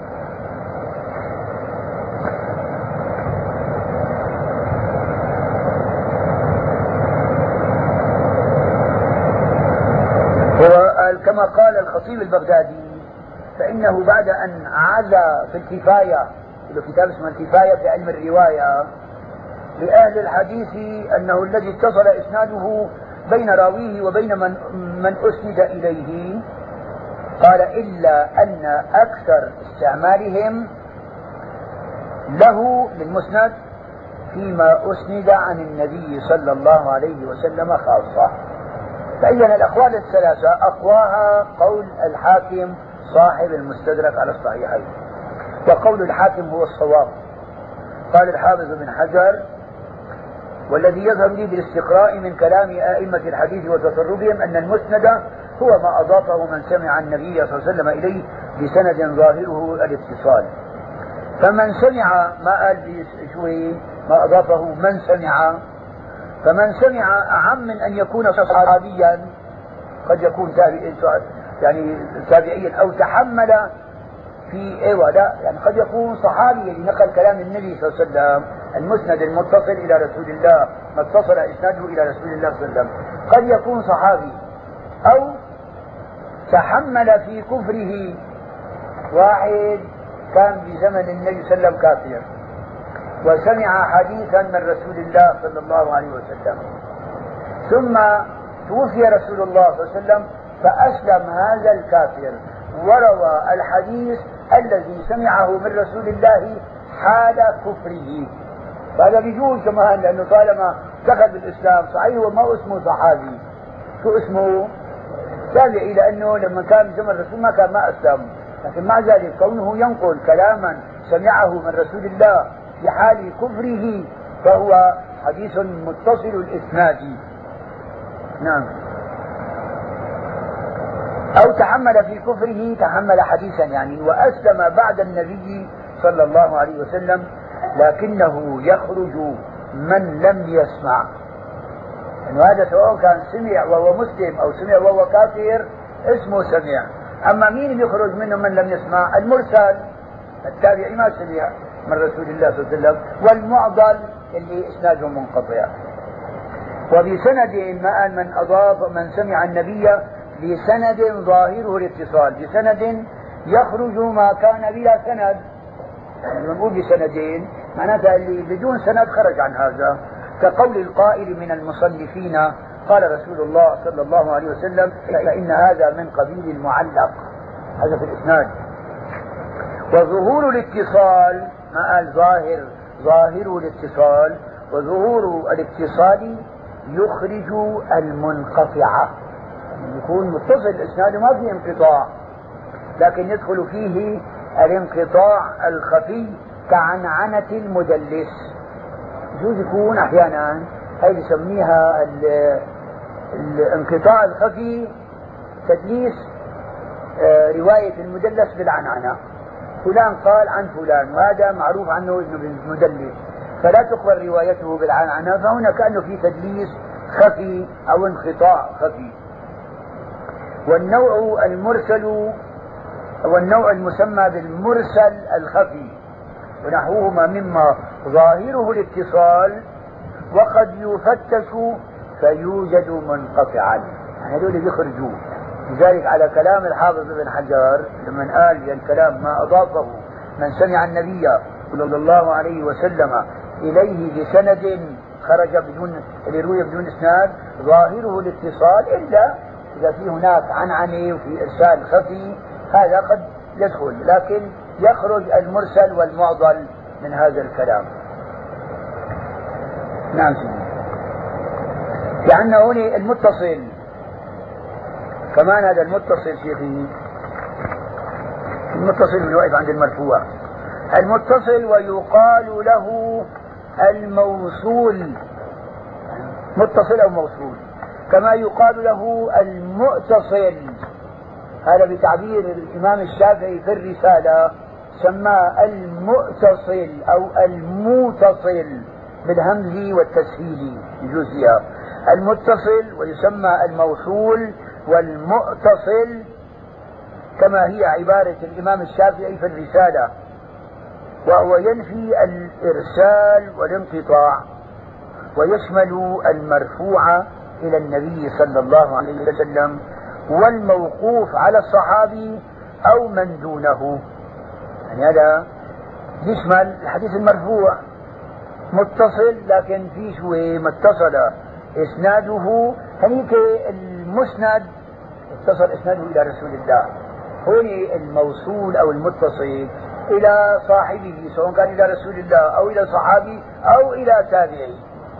كما قال الخطيب البغدادي فإنه بعد أن عزى في الكفاية، له كتاب اسمه الكفاية في علم الرواية، لأهل الحديث أنه الذي اتصل إسناده بين راويه وبين من, من أسند إليه، قال إلا أن أكثر استعمالهم له للمسند فيما أسند عن النبي صلى الله عليه وسلم خاصة. فإذن الأقوال الثلاثة أقواها قول الحاكم صاحب المستدرك على الصحيحين، وقول الحاكم هو الصواب. قال الحافظ بن حجر والذي يظهر لي بالاستقراء من كلام أئمة الحديث وتصرفهم أن المسند هو ما أضافه من سمع النبي صلى الله عليه وسلم إليه بسند ظاهره الاتصال. فمن سمع ما قال ما أضافه من سمع، فمن سمع أعم من أن يكون صحابيا، قد يكون يعني تابعيا أو تحمل في ايوه لا يعني قد يكون صحابي اللي نقل كلام النبي صلى الله عليه وسلم، المسند المتصل الى رسول الله، ما اتصل اسناده الى رسول الله صلى الله عليه وسلم، قد يكون صحابي او تحمل في كفره واحد كان بزمن النبي صلى الله عليه وسلم كافر وسمع حديثا من رسول الله صلى الله عليه وسلم، ثم توفي رسول الله صلى الله عليه وسلم فأسلم هذا الكافر وروى الحديث الذي سمعه من رسول الله حال كفره، فهذا بيجوز كمان، لأنه طالما دخل بالإسلام صحيح هو ما اسمه صحابي، شو اسمه؟ تابعي، لأنه لما كان بزمن الرسول ما كان ما أسلم، لكن مع ذلك كونه ينقل كلاما سمعه من رسول الله في حال كفره فهو حديث متصل الإسناد. نعم. أو تحمل في كفره، تحمل حديثا يعني وأسلم بعد النبي صلى الله عليه وسلم، لكنه يخرج من لم يسمع، يعني هذا سواء كان سمع وهو مسلم أو سمع وهو كافر اسمه سمع. أما مين يخرج منه من لم يسمع؟ المرسل، التابعي ما سمع من رسول الله صلى الله عليه وسلم، والمعضل اللي إسناده منقطع. وبسند ما قال من أضاف من سمع النبي بسند ظاهره الاتصال، بسند يخرج ما كان بلا سند، يعني نقول بسندين معناتها اللي بدون سند خرج عن هذا، كقول القائل من المصنفين قال رسول الله صلى الله عليه وسلم فإن هذا من قبيل المعلق، هذا في الإسناد. وظهور الاتصال ما قال ظاهر ظاهر الاتصال، وظهور الاتصال يخرج المنقطع، يعني يكون متصل الإسناد ما فيه انقطاع، لكن يدخل فيه الانقطاع الخفي كعنعنة المدلس، يجوز يكون أحيانا هي بسميها الانقطاع الخفي تدليس رواية المدلس بالعنعنة، فلان قال عن فلان وهذا معروف عنه انه مدلس فلا تقبل روايته بالعنعنة، فهنا كأنه في تدليس خفي أو انقطاع خفي. والنوع المرسل والنوع المسمى بالمرسل الخفي ونحوهما مما ظاهره الاتصال وقد يفتش فيوجد منقطعا، يعني هذول بيخرجوه. لذلك على كلام الحافظ ابن حجر لما قال الكلام ما أضافه من سمع النبي صلى الله عليه وسلم إليه بسند خرج بدون اللي روي بدون إسناد ظاهره الاتصال، إلا إذا في هناك عنعنة وفي إرسال خفي هذا قد يدخل، لكن يخرج المرسل والمعضل من هذا الكلام. نعم سيدي. لأنه هنا المتصل كمان، هذا المتصل شيخي المتصل اللي واقف عند المرفوع، المتصل ويقال له الموصول، متصل أو موصول، كما يقال له المؤتصل، هذا بتعبير الإمام الشافعي في الرسالة سماه المؤتصل أو الموتصل بالهمز والتسهيل يجوز فيها، المتصل ويسمى الموصول والمؤتصل كما هي عبارة الإمام الشافعي في الرسالة، وهو ينفي الإرسال والانقطاع ويشمل المرفوع إلى النبي صلى الله عليه وسلم والموقوف على الصحابي أو من دونه، يعني هذا يشمل الحديث المرفوع متصل لكن في شوي ما اتصل إسناده، هنيك المسند اتصل إسناده إلى رسول الله، هوني الموصول أو المتصل إلى صاحبه سواء كان إلى رسول الله أو إلى صحابي أو إلى تابعي.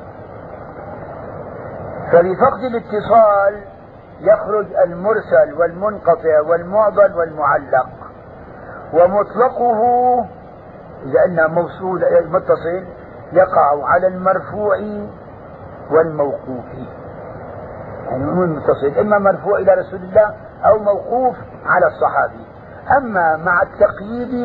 فبفقد الاتصال يخرج المرسل والمنقطع والمعضل والمعلق، ومطلقه إذا أنه موصول متصل يقع على المرفوع والموقوف، يعني هو المتصل إما مرفوع إلى رسول الله أو موقوف على الصحابي. أما مع التقييد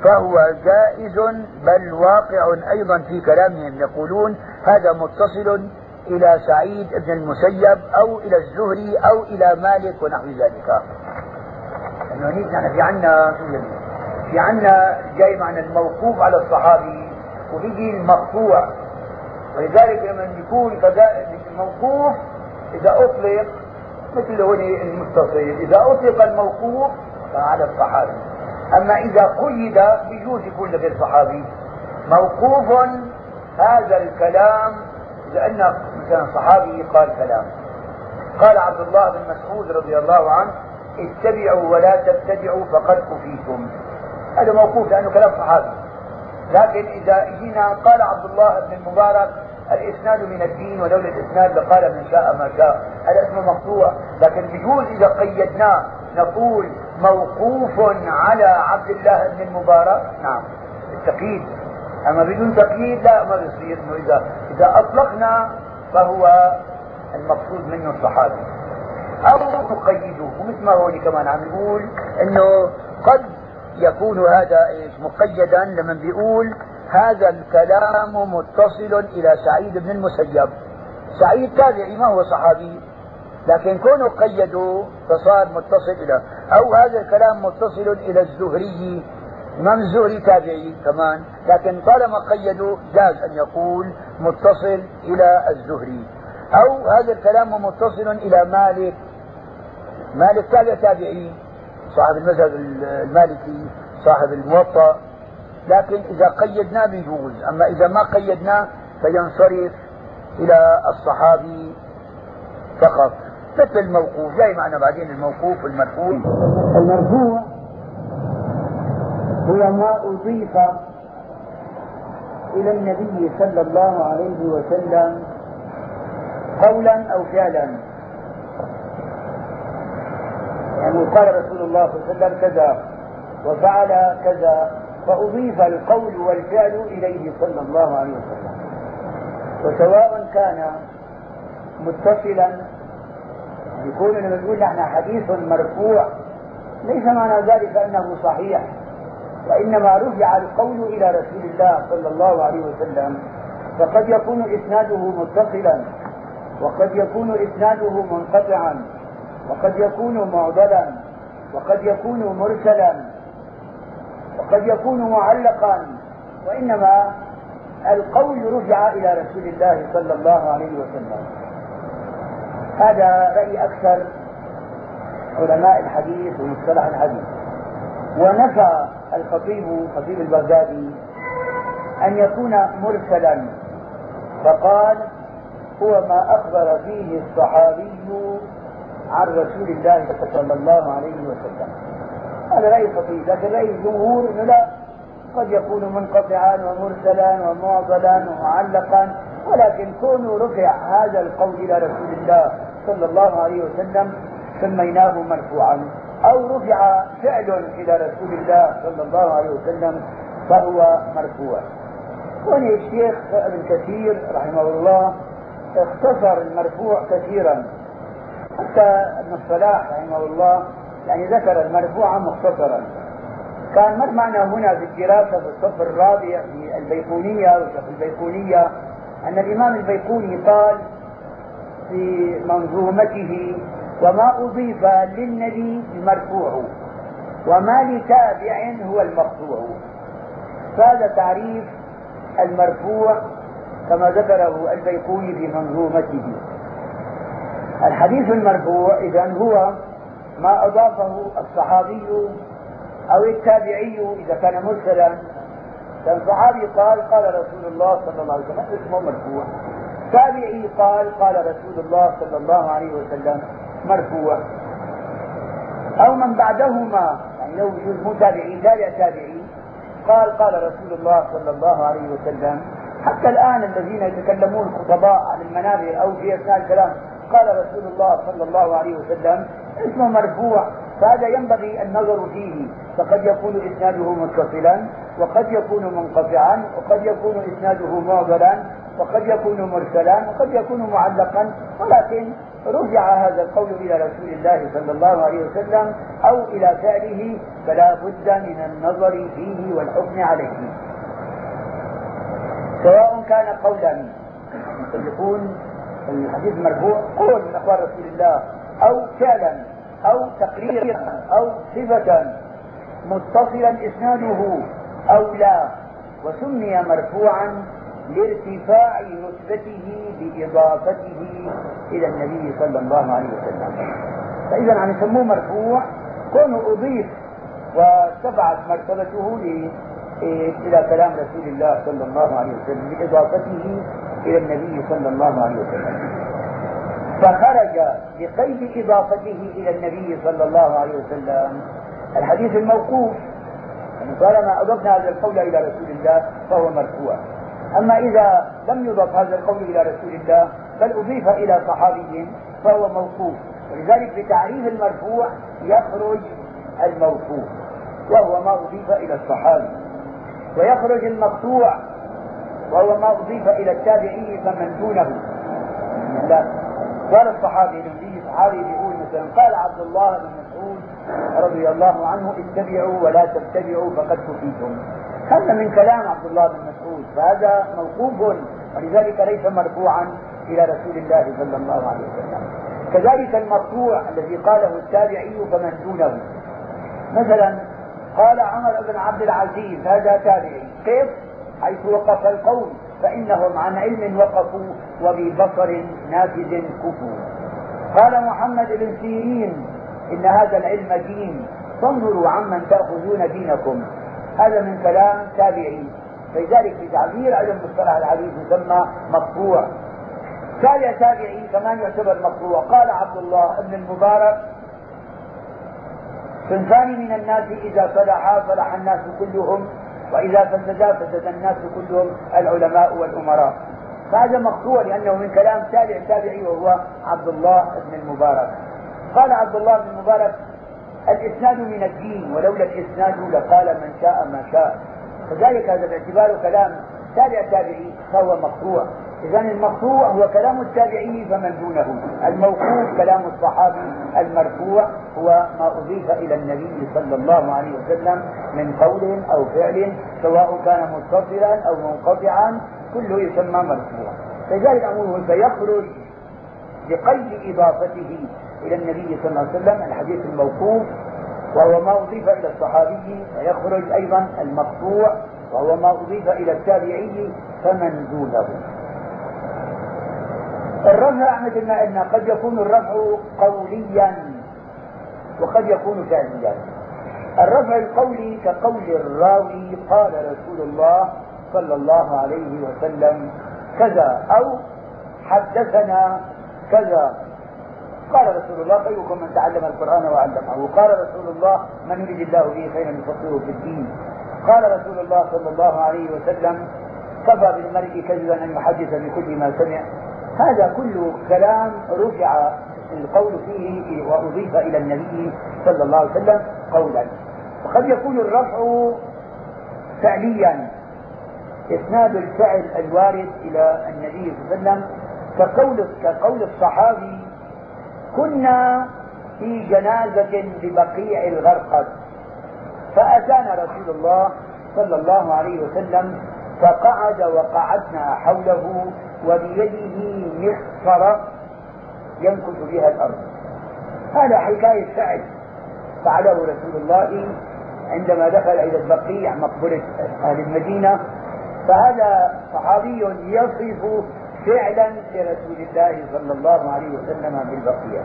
فهو جائز بل واقع أيضا في كلامهم، يقولون هذا متصل إلى سعيد بن المسيب أو إلى الزهري أو إلى مالك ونحو ذلك. يعني نحن في عنا في عنا جاي معنا الموقوف على الصحابي وبيجي المقطوع، ولذلك لما يكون الموقوف إذا أطلق مثل هون المتصل، إذا أطلق الموقوف فعلى الصحابي، أما إذا قيد بيجوز يكون لغير صحابي. موقوف هذا الكلام لأن مثلا صحابي قال كلام، قال عبد الله بن مسعود رضي الله عنه اتبعوا ولا تبتدعوا فقد كفيتم، هذا موقوف لأنه كلام صحابي. لكن إذا جينا قال عبد الله بن المبارك الإسناد من الدين ولولا الإسناد لقال من شاء ما شاء، هذا اسمه مقطوع. لكن بجوز إذا قيدناه نقول موقوف على عبد الله بن المبارك، نعم التقييد. أما بدون تقييد لا، ما بيصير إنه إذا إذا أطلقنا فهو المقصود منه الصحابي أو نقيده. ومثل ما هو كمان عم نقول إنه قد يكون هذا إيش مقيدا لما بيقول هذا الكلام متصل إلى سعيد بن المسيب. سعيد تابعي ما هو صحابي، لكن كونه قيدوا فصار متصل إلى، أو هذا الكلام متصل إلى الزهري، الإمام الزهري تابعي كمان، لكن طالما قيدوا جاز أن يقول متصل إلى الزهري. أو هذا الكلام متصل إلى مالك، مالك تابع تابعي صاحب المذهب المالكي صاحب الموطأ، لكن إذا قيدناه بيجوز. أما إذا ما قيدناه فينصرف إلى الصحابي فقط، مثل الموقوف جاي معنا بعدين. الموقوف والمرفوع، المرفوع هو ما أضيف إلى النبي صلى الله عليه وسلم قولا أو فعلا، يعني قال رسول الله صلى الله عليه وسلم كذا وفعل كذا، فأضيف القول والفعل إليه صلى الله عليه وسلم. وسواء كان متصلا، يكون لما نقول نحن حديث مرفوع ليس معنى ذلك أنه صحيح، وإنما رجع القول إلى رسول الله صلى الله عليه وسلم، فقد يكون إسناده متصلا وقد يكون إسناده منقطعا وقد يكون معضلا وقد يكون مرسلا وقد يكون معلقا، وإنما القول رجع إلى رسول الله صلى الله عليه وسلم. هذا رأي أكثر علماء الحديث ومصطلح الحديث. ونفى الخطيب خطيب البغدادي أن يكون مرسلا، فقال هو ما أخبر فيه الصحابي عن رسول الله صلى الله عليه وسلم. هذا رأي الخطيب، لكن رأي الجمهور أنه لا، قد يكون منقطعا ومرسلا ومعضلا ومعلقا، ولكن كونه رفع هذا القول إلى رسول الله صلى الله عليه وسلم سميناه مرفوعا، أو رفع فعل إلى رسول الله صلى الله عليه وسلم فهو مرفوع. هنا الشيخ ابن كثير رحمه الله اختصر المرفوع كثيرا، حتى ابن الصلاح رحمه الله يعني ذكر المرفوع مختصرا. كان ما معنى هنا في الدراسة في الصف الرابع في البيقونية وشرح البيقونية أن الإمام البيقوني قال في منظومته وما أضيف للنبي المرفوع وما لتابع هو المقطوع. فهذا تعريف المرفوع كما ذكره البيقوني في منظومته. الحديث المرفوع إذن هو ما أضافه الصحابي أو التابعي إذا كان مرسلا، كان صحابي قال قال رسول الله صلى الله عليه وسلم اسمه مرفوع، تابعي قال قال رسول الله صلى الله عليه وسلم مرفوع، أو من بعدهما يعني لو يجوز مو تابعي تابع تابعي قال قال رسول الله صلى الله عليه وسلم. حتى الآن الذين يتكلمون خطباء عن المنابر أو في أثناء الكلام قال رسول الله صلى الله عليه وسلم اسمه مرفوع، فهذا ينبغي النظر فيه، فقد يكون إسناده متصلا وقد يكون منقطعا وقد يكون إسناده معضلا وقد يكون مرسلا وقد يكون معلقا، ولكن رجع هذا القول إلى رسول الله صلى الله عليه وسلم أو إلى فعله، فلا بد من النظر فيه والحكم عليه، سواء كان قولا يكون الحديث مرفوع قول من أقوال رسول الله، أو فعلا أو تقريرا أو صفة متصلا إسناده أو لا، وسمي مرفوعا لارتفاع رتبته بإضافته إلى النبي صلى الله عليه وسلم. فإذا عم يسموه مرفوع كونه أضيف وارتفعت مرتبته إلى كلام رسول الله صلى الله عليه وسلم بإضافته إلى النبي صلى الله عليه وسلم، فخرج بقيد إضافته إلى النبي صلى الله عليه وسلم الحديث الموقوف، يعني طالما أضفنا هذا القول إلى رسول الله فهو مرفوع. أما إذا لم يضف هذا القول إلى رسول الله بل أضيف إلى صحابي فهو موقوف، ولذلك بتعريف المرفوع يخرج الموقوف وهو ما أضيف إلى الصحابي، ويخرج المقطوع وهو ما أضيف إلى التابعي فمن دونه. لا قال الصحابي لم صحابي بيقول مثلا قال عبد الله بن مسعود رضي الله عنه اتبعوا ولا تتبعوا فقد كفيتم، هذا من كلام عبد الله بن مسعود، فهذا موقوف ولذلك ليس مرفوعا إلى رسول الله صلى الله عليه وسلم. كذلك المقطوع الذي قاله التابعي فمن دونه، مثلا قال عمر بن عبد العزيز هذا تابعي، كيف؟ حيث وقف القول فإنهم عن علم وقفوا وببصر نافذ كفوا. قال محمد بن سيرين إن هذا العلم دين فانظروا عمن تأخذون دينكم، هذا من كلام تابعي، فلذلك في تعبير علم مصطلح الحديث يسمى مقطوع. تابع تابعي كمان يعتبر مقطوع، قال عبد الله بن المبارك صنفان من الناس إذا صلحا صلح الناس كلهم وإذا فسدا فسد الناس كلهم العلماء والأمراء، فهذا مقطوع لأنه من كلام تابع تابعي وهو عبد الله بن المبارك. قال عبد الله بن المبارك الإسناد من الدين ولولا الإسناد لقال من شاء ما شاء، فذلك هذا باعتباره كلام تابع تابعي فهو مقطوع. إذا المقطوع هو كلام التابعي فمن دونه، الموقوف كلام الصحابي، المرفوع هو ما أضيف إلى النبي صلى الله عليه وسلم من قول أو فعل سواء كان متصلا أو منقطعا كله يسمى مرفوع. فلذلك أقول فيخرج بقيد إضافته إلى النبي صلى الله عليه وسلم الحديث الموقوف وهو ما أضيف إلى الصحابي، ويخرج أيضا المقطوع وهو ما أضيف إلى التابعي فمن دونه. الرفع مثل ما قلنا قد يكون الرفع قوليا وقد يكون فعليا. الرفع القولي كقول الراوي قال رسول الله صلى الله عليه وسلم كذا أو حدثنا كذا، قال رسول الله خيركم من تعلم القرآن وعلمه، قال رسول الله من يريد الله به خيرا يفقهه في الدين، قال رسول الله صلى الله عليه وسلم كفى بالمرء كذبا أن يحدث بكل ما سمع. هذا كله كلام رفع القول فيه وأضيف إلى النبي صلى الله عليه وسلم قولا. وقد يكون الرفع فعليا، إسناد الفعل الوارد إلى النبي صلى الله عليه وسلم كقول, كقول الصحابي كنا في جنازة ببقيع الغرقد فأتانا رسول الله صلى الله عليه وسلم فقعد وقعدنا حوله وبيده مخصرة ينكت بها الأرض. هذا حكاية فعل فعله رسول الله عندما دخل إلى البقيع مقبرة أهل المدينة، فهذا صحابي يصف فعلا لرسول الله صلى الله عليه وسلم بالبقيع.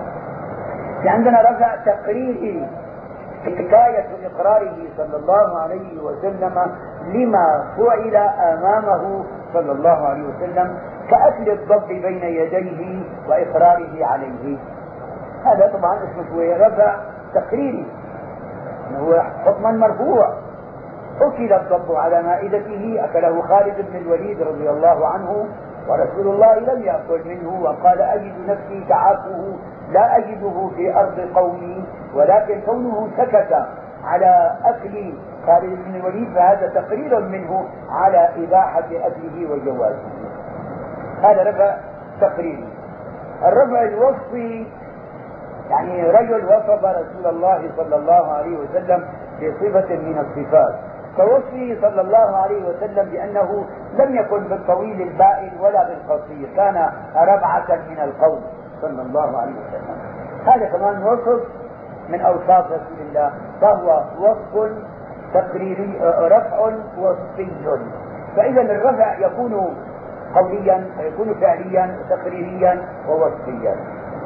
عندنا رفع تقريري حكاية إقراره صلى الله عليه وسلم لما فعل أمامه صلى الله عليه وسلم كأكل الضب بين يديه وإقراره عليه. هذا طبعا اسمه رفع تقريري، هو حكما مرفوع. أكل الضب على مائدته، أكله خالد بن الوليد رضي الله عنه ورسول الله لم يأكل منه وقال أجد نفسي تعافه لا أجده في أرض قومي، ولكن كونه سكت على أكل خالد بن الوليد فهذا تقرير منه على إباحة أكله وجوازه. هذا رفع تقريري. الرفع الوصفي يعني رجل وصف رسول الله صلى الله عليه وسلم بصفة من الصفات، فوصفه صلى الله عليه وسلم بأنه لم يكن بالطويل البائن ولا بالقصير، كان ربعة من القول صلى الله عليه وسلم. هذا كمان وصف من أوصاف رسول الله، فهو وصف تقريري، رفع وصفي. فإذا الرفع يكون قوليا ويكون فعليا وتقريريا ووصفيا.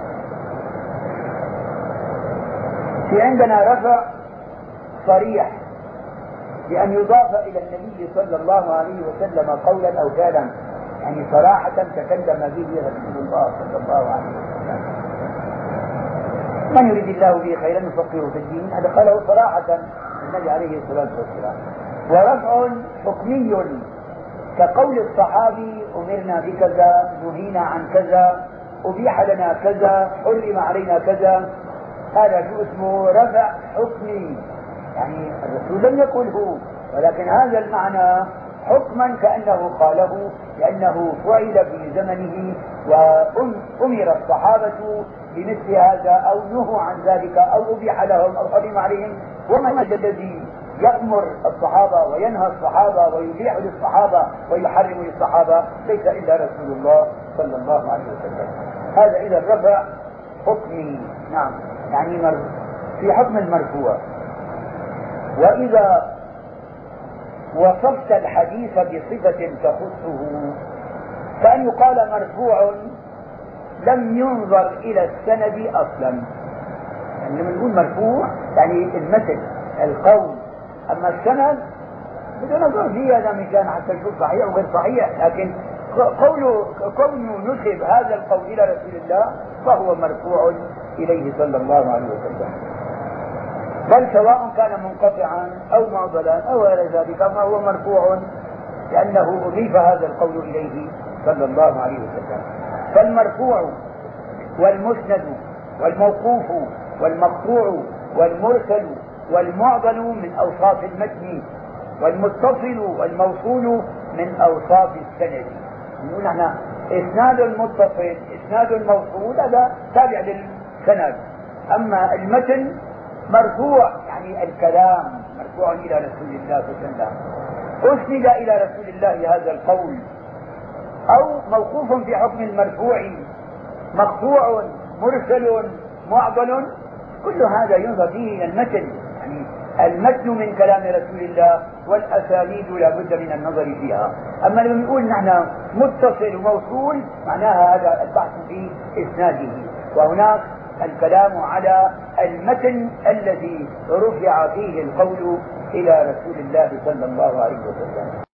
في عندنا رفع صريح بأن يضاف إلى النبي صلى الله عليه وسلم قولا أو فعلا، يعني صراحة تكلم به رسول الله صلى الله عليه وسلم. من يريد الله به خيرا يفقهه في الدين، هذا قاله صراحة النبي عليه الصلاة والسلام. ورفع حكمي كقول الصحابي أمرنا بكذا، نهينا عن كذا، أبيح لنا كذا، حرم علينا كذا، هذا شو اسمه؟ رفع حكمي، يعني الرسول لم يقله ولكن هذا المعنى حكما كأنه قاله، لأنه فعل في زمنه وأمر الصحابة بمثل هذا أو نهوا عن ذلك أو أبيح لهم أو حرم عليهم. وما الذي يأمر الصحابة وينهى الصحابة ويبيح للصحابة ويحرم للصحابة؟ ليس إلا رسول الله صلى الله عليه وسلم. هذا إذا رفع حكمي، نعم، يعني في حكم المرفوع. وإذا وصفت الحديث بصفة تخصه فأن يقال مرفوع لم ينظر إلى السند أصلا. يعني لما نقول مرفوع يعني المثل القول، أما السند بدون نظر فيه، هذا مكان حتى نشوف صحيح وغير صحيح، لكن قوله كونه نسب هذا القول إلى رسول الله فهو مرفوع إليه صلى الله عليه وسلم، بل سواء كان منقطعا أو معضلا أو غير ذلك فهو مرفوع لأنه أضيف هذا القول إليه صلى الله عليه وسلم. فالمرفوع والمسند والموقوف والمقطوع والمرسل والمعضل من أوصاف المتن، والمتصل والموصول من أوصاف السند. نقول نحن إسناد المتصل إسناد الموصول هذا تابع للسند، أما المتن مرفوع يعني الكلام مرفوع إلى رسول الله صلى الله عليه وسلم، أسند إلى رسول الله هذا القول، أو موقوف في حكم المرفوع، مقطوع، مرسل، معضل، كل هذا ينظر فيه إلى المتن، يعني المتن من كلام رسول الله والأسانيد لا بد من النظر فيها. أما لما نقول نحن متصل وموصول معناها هذا البحث في إسناده، وهناك الكلام على المتن الذي رفع فيه القول إلى رسول الله صلى الله عليه وسلم.